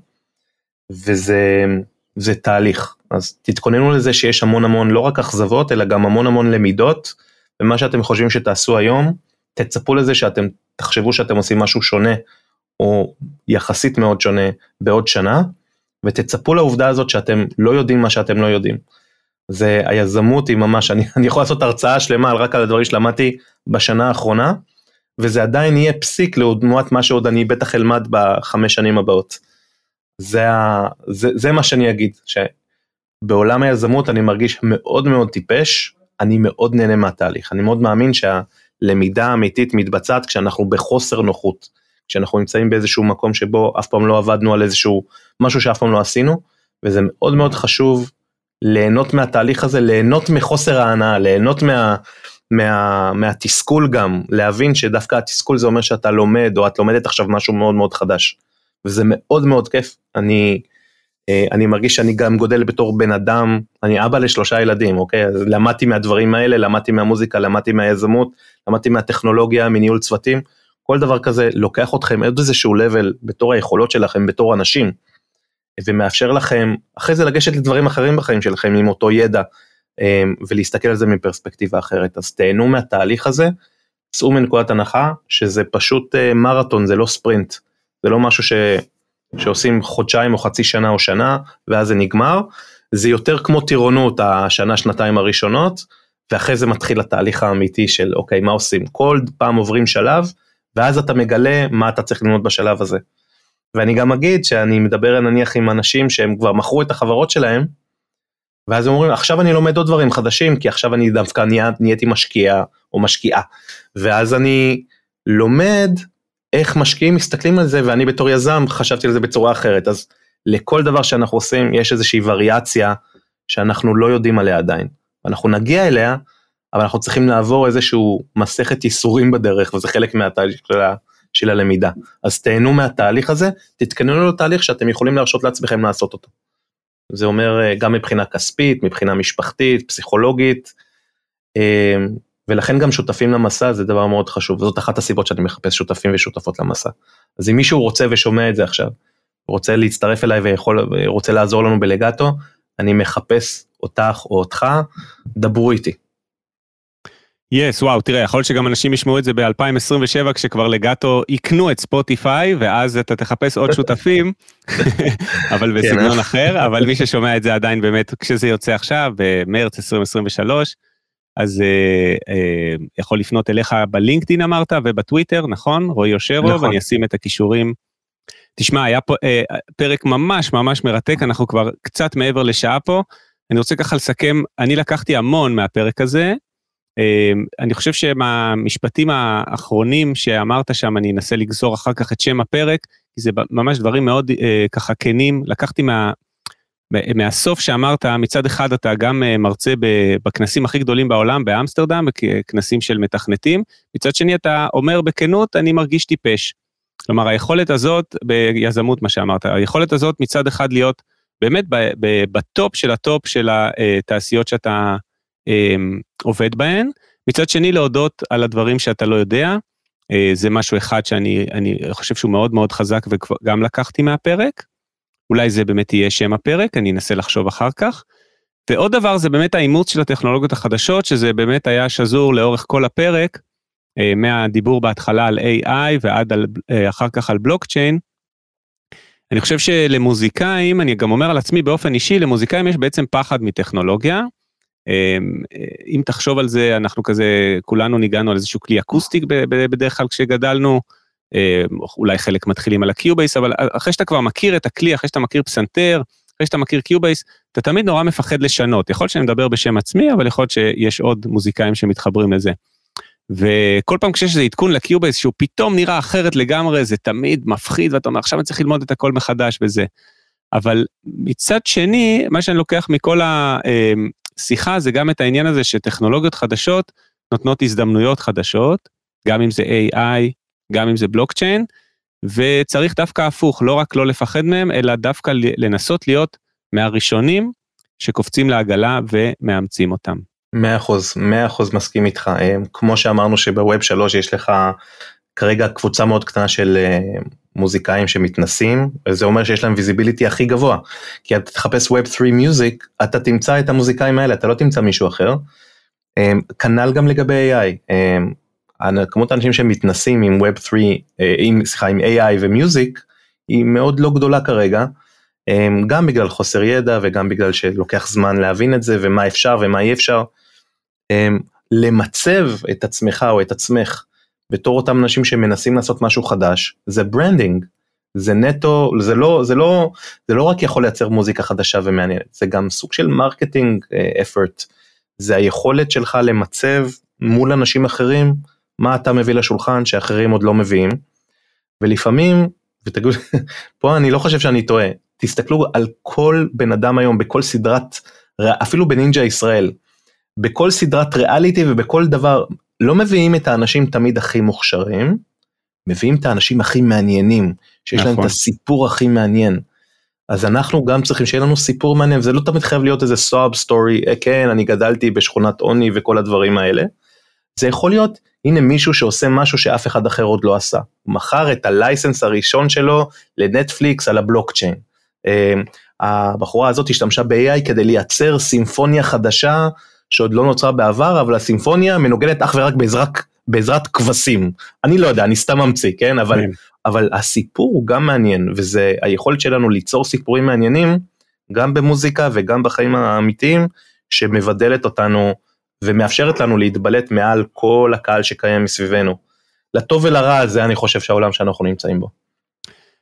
וזה תהליך. אז תתכוננו לזה שיש המון המון לא רק אכזבות, אלא גם המון המון למידות, ומה שאתם חושבים שתעשו היום, תצפו לזה שאתם תחשבו שאתם עושים משהו שונה, או יחסית מאוד שונה בעוד שנה, ותצפו לעובדה הזאת שאתם לא יודעים מה שאתם לא יודעים. זה היזמות היא ממש, אני יכול לעשות הרצאה שלמה רק על הדברים שלמדתי בשנה האחרונה, וזה עדיין יהיה פסיק לעומת מה שעוד אני בטח אלמד ב5 שנים הבאות. זה מה שאני אגיד, שבעולם היזמות אני מרגיש מאוד מאוד טיפש, אני מאוד נהנה מהתהליך, אני מאוד מאמין שהלמידה האמיתית מתבצעת כשאנחנו בחוסר נוחות, כשאנחנו נמצאים באיזשהו מקום שבו אף פעם לא עבדנו על איזשהו משהו שאף פעם לא עשינו, וזה מאוד מאוד חשוב ליהנות מהתהליך הזה, ליהנות מחוסר ההנאה, ליהנות מהתסכול גם, להבין שדווקא התסכול זה אומר שאתה לומד, או את לומדת עכשיו משהו מאוד מאוד חדש, וזה מאוד מאוד כיף. אני מרגיש שאני גם גודל בתור בן אדם, אני אבא ל3 ילדים, אוקיי? אז למדתי מהדברים האלה, למדתי מהמוזיקה, למדתי מהיזמות, למדתי מהטכנולוגיה, מניהול צוותים, כל דבר כזה לוקח אתכם עוד איזשהו level בתור היכולות שלכם, בתור אנשים, ומאפשר לכם אחרי זה לגשת לדברים אחרים בחיים שלכם עם אותו ידע, ולהסתכל על זה מפרספקטיבה אחרת. אז תהנו מהתהליך הזה, צאו מנקודת הנחה שזה פשוט מרתון, זה לא ספרינט, זה לא משהו שעושים חודשיים או חצי שנה או שנה, ואז זה נגמר, זה יותר כמו טירונות השנה, שנתיים הראשונות, ואחרי זה מתחיל התהליך האמיתי של אוקיי, מה עושים? כל פעם עוברים שלב, ואז אתה מגלה מה אתה צריך ללמוד בשלב הזה. ואני גם אגיד שאני מדבר נניח עם אנשים שהם כבר מכרו את החברות שלהם, ואז הם אומרים, עכשיו אני לומד עוד דברים חדשים, כי עכשיו אני דווקא נהייתי משקיע או משקיעה, ואז אני לומד איך משקיעים מסתכלים על זה, ואני בתור יזם חשבתי על זה בצורה אחרת, אז לכל דבר שאנחנו עושים יש איזושהי וריאציה, שאנחנו לא יודעים עליה עדיין, ואנחנו נגיע אליה, אבל אנחנו צריכים לעבור איזשהו מסכת ייסורים בדרך, וזה חלק מהתהליך של הלמידה, אז תהנו מהתהליך הזה, תתכננו לו תהליך שאתם יכולים להרשות לעצמכם לעשות אותו, זה אומר גם מבחינה כספית, מבחינה משפחתית, פסיכולוגית, ולכן גם שותפים למסע, זה דבר מאוד חשוב, וזאת אחת הסיבות שאני מחפש שותפים ושותפות למסע, אז אם מישהו רוצה ושומע את זה עכשיו, רוצה להצטרף אליי ורוצה לעזור לנו בלגאטו, אני מחפש אותך או אותך, דברו איתי. וואו, תראה, יכול להיות שגם אנשים ישמעו את זה ב-2027, כשכבר לגאטו יקנו את ספוטיפיי, ואז אתה תחפש עוד שותפים, אבל בסגנון אחר, אבל מי ששומע את זה עדיין באמת, כשזה יוצא עכשיו, במרץ 2023, אז יכול לפנות אליך בלינקדין אמרת, ובטוויטר, נכון? רועי יושרו, ואני אשים את הכישורים. תשמע, היה פה פרק ממש ממש מרתק, אנחנו כבר קצת מעבר לשעה פה, אני רוצה ככה לסכם, אני לקחתי המון מהפרק הזה, אני חושב שמהמשפטים האחרונים שאמרת שם, אני אנסה לגזור אחר כך את שם הפרק, כי זה ממש דברים מאוד ככה כנים, לקחתי מהסוף שאמרת, מצד אחד אתה גם מרצה בכנסים הכי גדולים בעולם, באמסטרדם, בכנסים של מתכנתים, מצד שני אתה אומר בכנות, אני מרגיש טיפש. כלומר, היכולת הזאת, ביזמות מה שאמרת, היכולת הזאת מצד אחד להיות באמת בטופ של הטופ של התעשיות שאתה עובד בהן, מצד שני להודות על הדברים שאתה לא יודע, זה משהו אחד שאני חושב שהוא מאוד מאוד חזק וגם לקחתי מהפרק, אולי זה באמת יהיה שם הפרק, אני אנסה לחשוב אחר כך, ועוד דבר זה באמת האימוץ של הטכנולוגיות החדשות, שזה באמת היה שזור לאורך כל הפרק, מהדיבור בהתחלה על AI ועד אחר כך על בלוקצ'יין, אני חושב שלמוזיקאים, אני גם אומר על עצמי באופן אישי, למוזיקאים יש בעצם פחד מטכנולוגיה, אם תחשוב על זה, אנחנו כזה, כולנו ניגענו על איזשהו כלי אקוסטיק בדרך כלל כשגדלנו, אולי חלק מתחילים על הקיובייס, אבל אחרי שאתה כבר מכיר את הכלי, אחרי שאתה מכיר פסנתר, אחרי שאתה מכיר קיובייס, אתה תמיד נורא מפחד לשנות, יכול להיות שאני מדבר בשם עצמי, אבל יכול להיות שיש עוד מוזיקאים שמתחברים לזה. וכל פעם כשיש איזה עדכון לקיובייס, שהוא פתאום נראה אחרת לגמרי, זה תמיד מפחיד, ואתה אומר, עכשיו אני צריך ללמוד את הכל מחדש וזה. אבל מצד שני, מה שאני לוקח מכל השיחה, זה גם את העניין הזה, שטכנולוגיות חדשות נותנות הזדמנויות חדשות, גם אם זה AI, גם אם זה בלוקצ'יין, וצריך דווקא הפוך, לא רק לא לפחד מהם, אלא דווקא לנסות להיות מהראשונים, שקופצים לעגלה ומאמצים אותם. 100% מסכים איתך, כמו שאמרנו שבווב 3 יש לך כרגע קבוצה מאוד קטנה של מוזיקאים שמתנסים, וזה אומר שיש להם ויזיביליטי הכי גבוה, כי אתה תחפש ווב 3 מיוזיק, אתה תמצא את המוזיקאים האלה, אתה לא תמצא מישהו אחר, כנ"ל גם לגבי AI, כמות האנשים שמתנסים עם ווב 3, עם AI ומיוזיק, היא מאוד לא גדולה כרגע, גם בגלל חוסר ידע, וגם בגלל שלוקח זמן להבין את זה, ומה אפשר ומה אי אפשר, למצב את עצמך או את עצמך, בתור אותם אנשים שמנסים לעשות משהו חדש, זה ברנדינג, זה נטו, זה לא רק יכול לייצר מוזיקה חדשה ומעניינת, זה גם סוג של מרקטינג אפורט, זה היכולת שלך למצב מול אנשים אחרים, מה אתה מביא לשולחן שאחרים עוד לא מביאים, ולפעמים, ותגידו, פה אני לא חושב שאני טועה, תסתכלו על כל בן אדם היום, בכל סדרת, אפילו בנינג'ה ישראל, בכל סדרת ריאליטי ובכל דבר, לא מביאים את האנשים תמיד הכי מוכשרים, מביאים את האנשים הכי מעניינים, שיש להם את הסיפור הכי מעניין, אז אנחנו גם צריכים שיהיה לנו סיפור מעניין, זה לא תמיד חייב להיות איזה סאב סטורי, כן, אני גדלתי בשכונת עוני וכל הדברים האלה, זה יכול להיות, הנה מישהו שעושה משהו שאף אחד אחר עוד לא עשה, הוא מכר את הלייסנס הראשון שלו לנטפליקס על הבלוקצ'יין, הבחורה הזאת השתמשה ב-AI כדי לייצר סימפוניה חדשה, שעוד לא נוצרה בעבר, אבל הסימפוניה מנוגנת אך ורק בעזרת כבשים, אני לא יודע, אני סתם ממציא, כן? אבל הסיפור הוא גם מעניין, וזה היכולת שלנו ליצור סיפורים מעניינים, גם במוזיקה וגם בחיים האמיתיים, שמבדלת אותנו, ומאפשרת לנו להתבלט מעל כל הקהל שקיים מסביבנו. לטוב ולרע, זה אני חושב שהעולם שאנחנו נמצאים בו.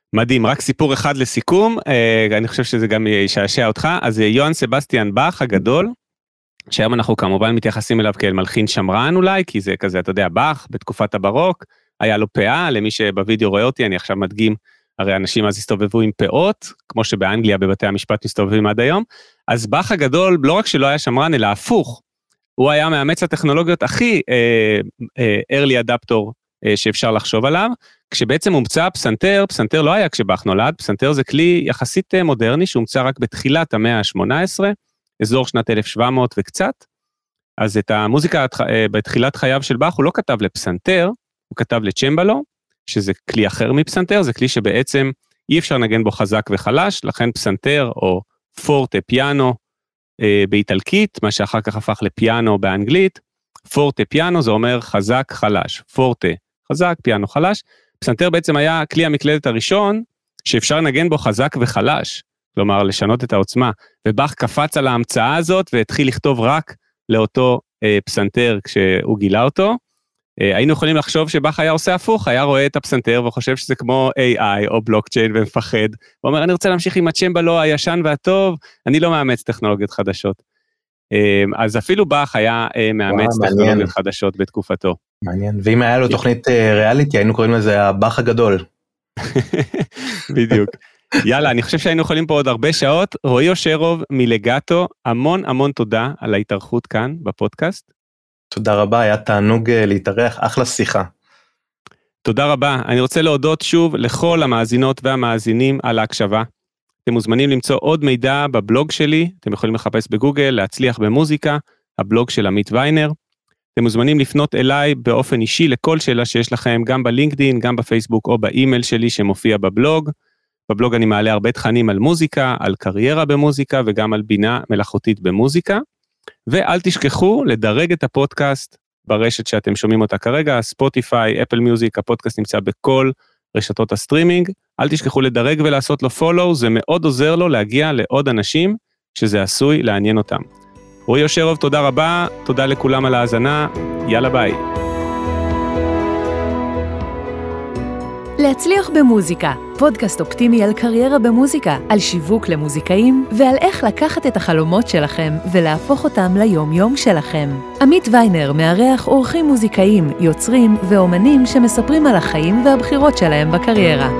מדהים, רק סיפור אחד לסיכום, אני חושב שזה גם ישעשע אותך, אז יוהאן סבסטיאן באך הגדול, שהיום אנחנו כמובן מתייחסים אליו כאל מלחין שמרן אולי, כי זה כזה, אתה יודע, באך בתקופת הברוק, היה לו פאה, למי שבווידאו רואה אותי, אני עכשיו מדגים, הרי אנשים אז הסתובבו עם פאות, כמו שבאנגליה בבתי המשפט מסתובבים עד היום, אז באך הגדול, לא רק שלא היה שמרן, אלא הפוך, הוא היה מאמץ הטכנולוגיות הכי early adapter שאפשר לחשוב עליו, כשבעצם הומצא פסנתר, פסנתר לא היה כשבאך נולד, פסנתר זה כלי יחסית מודרני, שהומצא רק בתחילת המאה ה-18, אזור שנת 1700 וקצת, אז את המוזיקה בתחילת חייו של באך הוא לא כתב לפסנתר, הוא כתב לצ'מבלו, שזה כלי אחר מפסנתר, זה כלי שבעצם אי אפשר לנגן בו חזק וחלש, לכן פסנתר או פורטה פיאנו באיטלקית, מה שאחר כך הפך לפיאנו באנגלית, פורטה פיאנו זה אומר חזק חלש, פורטה חזק, פיאנו חלש, פסנתר בעצם היה כלי המקלדת הראשון, שאפשר לנגן בו חזק וחלש, כלומר לשנות את העוצמה, ובאך קפץ על ההמצאה הזאת, והתחיל לכתוב רק לאותו פסנתר כשהוא גילה אותו, היינו יכולים לחשוב שבאך היה עושה הפוך, היה רואה את הפסנתר וחושב שזה כמו AI או בלוקצ'יין ומפחד, הוא אומר אני רוצה להמשיך עם הצ'מבלו הישן והטוב, אני לא מאמץ טכנולוגיות חדשות. אז אפילו באך היה מאמץ טכנולוגיות חדשות בתקופתו. מעניין, ואם היה לו תוכנית ריאליטי, היינו קוראים לזה הבאך הגדול. בדיוק. יאללה, אני חושב שהיינו יכולים פה עוד הרבה שעות. רועי אושרוב מלגטו, המון המון תודה על ההתארחות כאן בפודקאסט. תודה רבה, היה תענוג להתארח, אחלה שיחה. תודה רבה, אני רוצה להודות שוב לכל המאזינות והמאזינים על ההקשבה. אתם מוזמנים למצוא עוד מידע בבלוג שלי, אתם יכולים לחפש בגוגל, להצליח במוזיקה, הבלוג של עמית ויינר. אתם מוזמנים לפנות אליי באופן אישי לכל שאלה שיש לכם, גם בלינקדין, גם בפייסבוק או באימייל שלי שמופיע בבלוג. בבלוג אני מעלה הרבה תכנים על מוזיקה, על קריירה במוזיקה וגם על בינה מלאכותית במוזיקה. ואל תשכחו לדרג את הפודקאסט ברשת שאתם שומעים אותה כרגע, ספוטיפיי, אפל מיוזיק, הפודקאסט נמצא בכל רשתות הסטרימינג. אל תשכחו לדרג ולעשות לו פולו, זה מאוד עוזר לו להגיע לעוד אנשים שזה עשוי לעניין אותם. רועי אושרוב, תודה רבה, תודה לכולם על ההאזנה, יאללה ביי. להצליח במוזיקה, פודקאסט אופטימי על קריירה במוזיקה, על שיווק למוזיקאים ועל איך לקחת את החלומות שלכם ולהפוך אותם ליום-יום שלכם. עמית ויינר מארח אורחים מוזיקאים, יוצרים ואומנים שמספרים על החיים והבחירות שלהם בקריירה.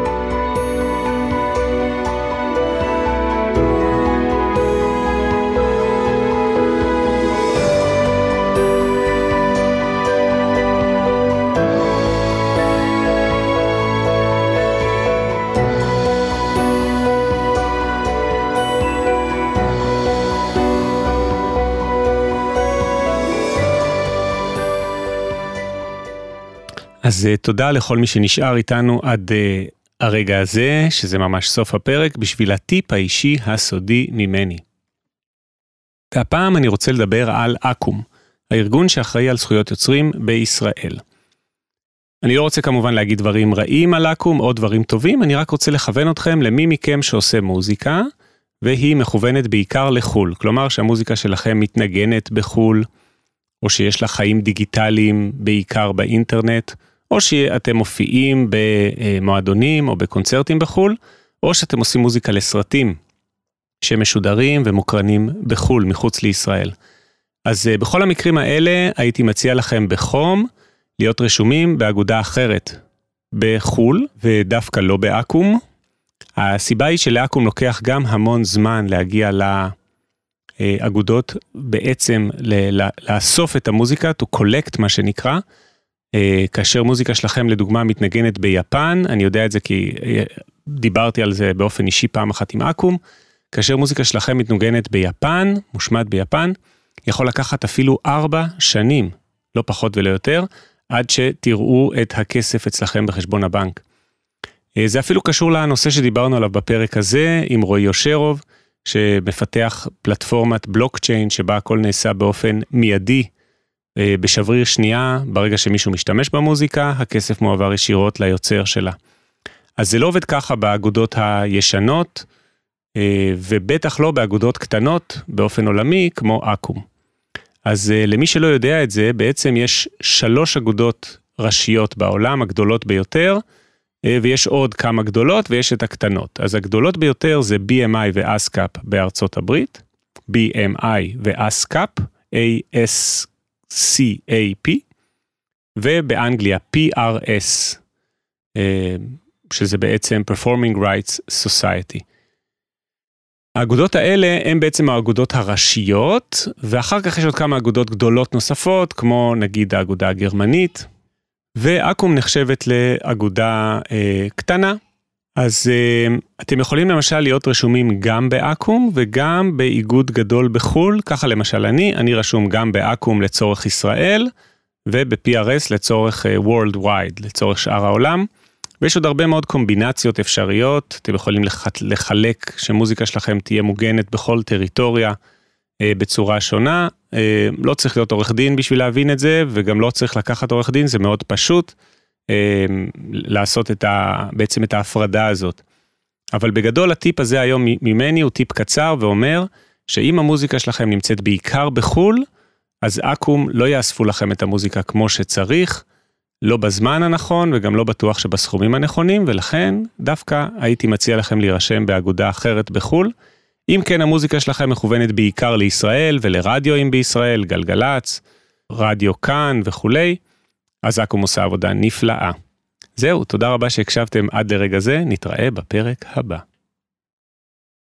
אז תודה לכל מי שנשאר איתנו עד הרגע הזה, שזה ממש סוף הפרק, בשביל הטיפ האישי הסודי ממני. והפעם אני רוצה לדבר על אקו"ם, הארגון שאחראי על זכויות יוצרים בישראל. אני לא רוצה כמובן להגיד דברים רעים על אקו"ם או דברים טובים, אני רק רוצה לכוון אתכם למי מכם שעושה מוזיקה, והיא מכוונת בעיקר לחול, כלומר שהמוזיקה שלכם מתנגנת בחול, או שיש לה חיים דיגיטליים בעיקר באינטרנט, או שאתם מופיעים במועדונים או בקונצרטים בחול, או שאתם עושים מוזיקה לסרטים שמשודרים ומוקרנים בחול, מחוץ לישראל. אז בכל המקרים האלה הייתי מציע לכם בחום להיות רשומים באגודה אחרת בחול, ודווקא לא באקו"ם. הסיבה היא שלאקו"ם לוקח גם המון זמן להגיע לאגודות, בעצם לאסוף את המוזיקה, to collect מה שנקרא, כאשר מוזיקה שלכם לדוגמה מתנגנת ביפן, אני יודע את זה כי דיברתי על זה באופן אישי פעם אחת עם אקו"ם, כאשר מוזיקה שלכם מתנגנת ביפן, מושמעת ביפן, יכול לקחת אפילו 4 שנים, לא פחות ולא יותר, עד שתראו את הכסף אצלכם בחשבון הבנק. זה אפילו קשור לנושא שדיברנו עליו בפרק הזה, עם רועי אושרוב, שמפתח פלטפורמת בלוקצ'יין, שבה הכל נעשה באופן מיידי, בשבריר שנייה, ברגע שמישהו משתמש במוזיקה, הכסף מועבר ישירות ליוצר שלה. אז זה לא עובד ככה באגודות הישנות, ובטח לא באגודות קטנות, באופן עולמי, כמו אקו"ם. אז למי שלא יודע את זה, בעצם יש 3 אגודות ראשיות בעולם, הגדולות ביותר, ויש עוד כמה גדולות ויש את הקטנות. אז הגדולות ביותר זה BMI ו-ASCAP בארצות הברית, BMI ו-ASCAP, ASCAP, ובאנגליה PRS, שזה בעצם Performing Rights Society. האגודות האלה הן בעצם האגודות הראשיות, ואחר כך יש עוד כמה אגודות גדולות נוספות, כמו נגיד האגודה הגרמנית, ואקו"ם נחשבת לאגודה קטנה. אז אתם יכולים למשל להיות רשומים גם באקו"ם וגם באיגוד גדול בחול, ככה למשל אני רשום גם באקו"ם לצורך ישראל, וב-PRS לצורך Worldwide, לצורך שאר העולם, ויש עוד הרבה מאוד קומבינציות אפשריות, אתם יכולים לחלק שמוזיקה שלכם תהיה מוגנת בכל טריטוריה בצורה שונה, לא צריך להיות עורך דין בשביל להבין את זה, וגם לא צריך לקחת עורך דין, זה מאוד פשוט לעשות בעצם את ההפרדה הזאת. אבל בגדול הטיפ הזה היום ממני הוא טיפ קצר ואומר, שאם המוזיקה שלכם נמצאת בעיקר בחול, אז אקו"ם לא יאספו לכם את המוזיקה כמו שצריך, לא בזמן הנכון וגם לא בטוח שבסכומים הנכונים, ולכן דווקא הייתי מציע לכם להירשם באגודה אחרת בחול. אם כן המוזיקה שלכם מכוונת בעיקר לישראל ולרדיואים בישראל, גלגלץ, רדיו כאן וכולי, אז אקו"ם עושה עבודה נפלאה. זהו, תודה רבה שהקשבתם עד לרגע זה, נתראה בפרק הבא.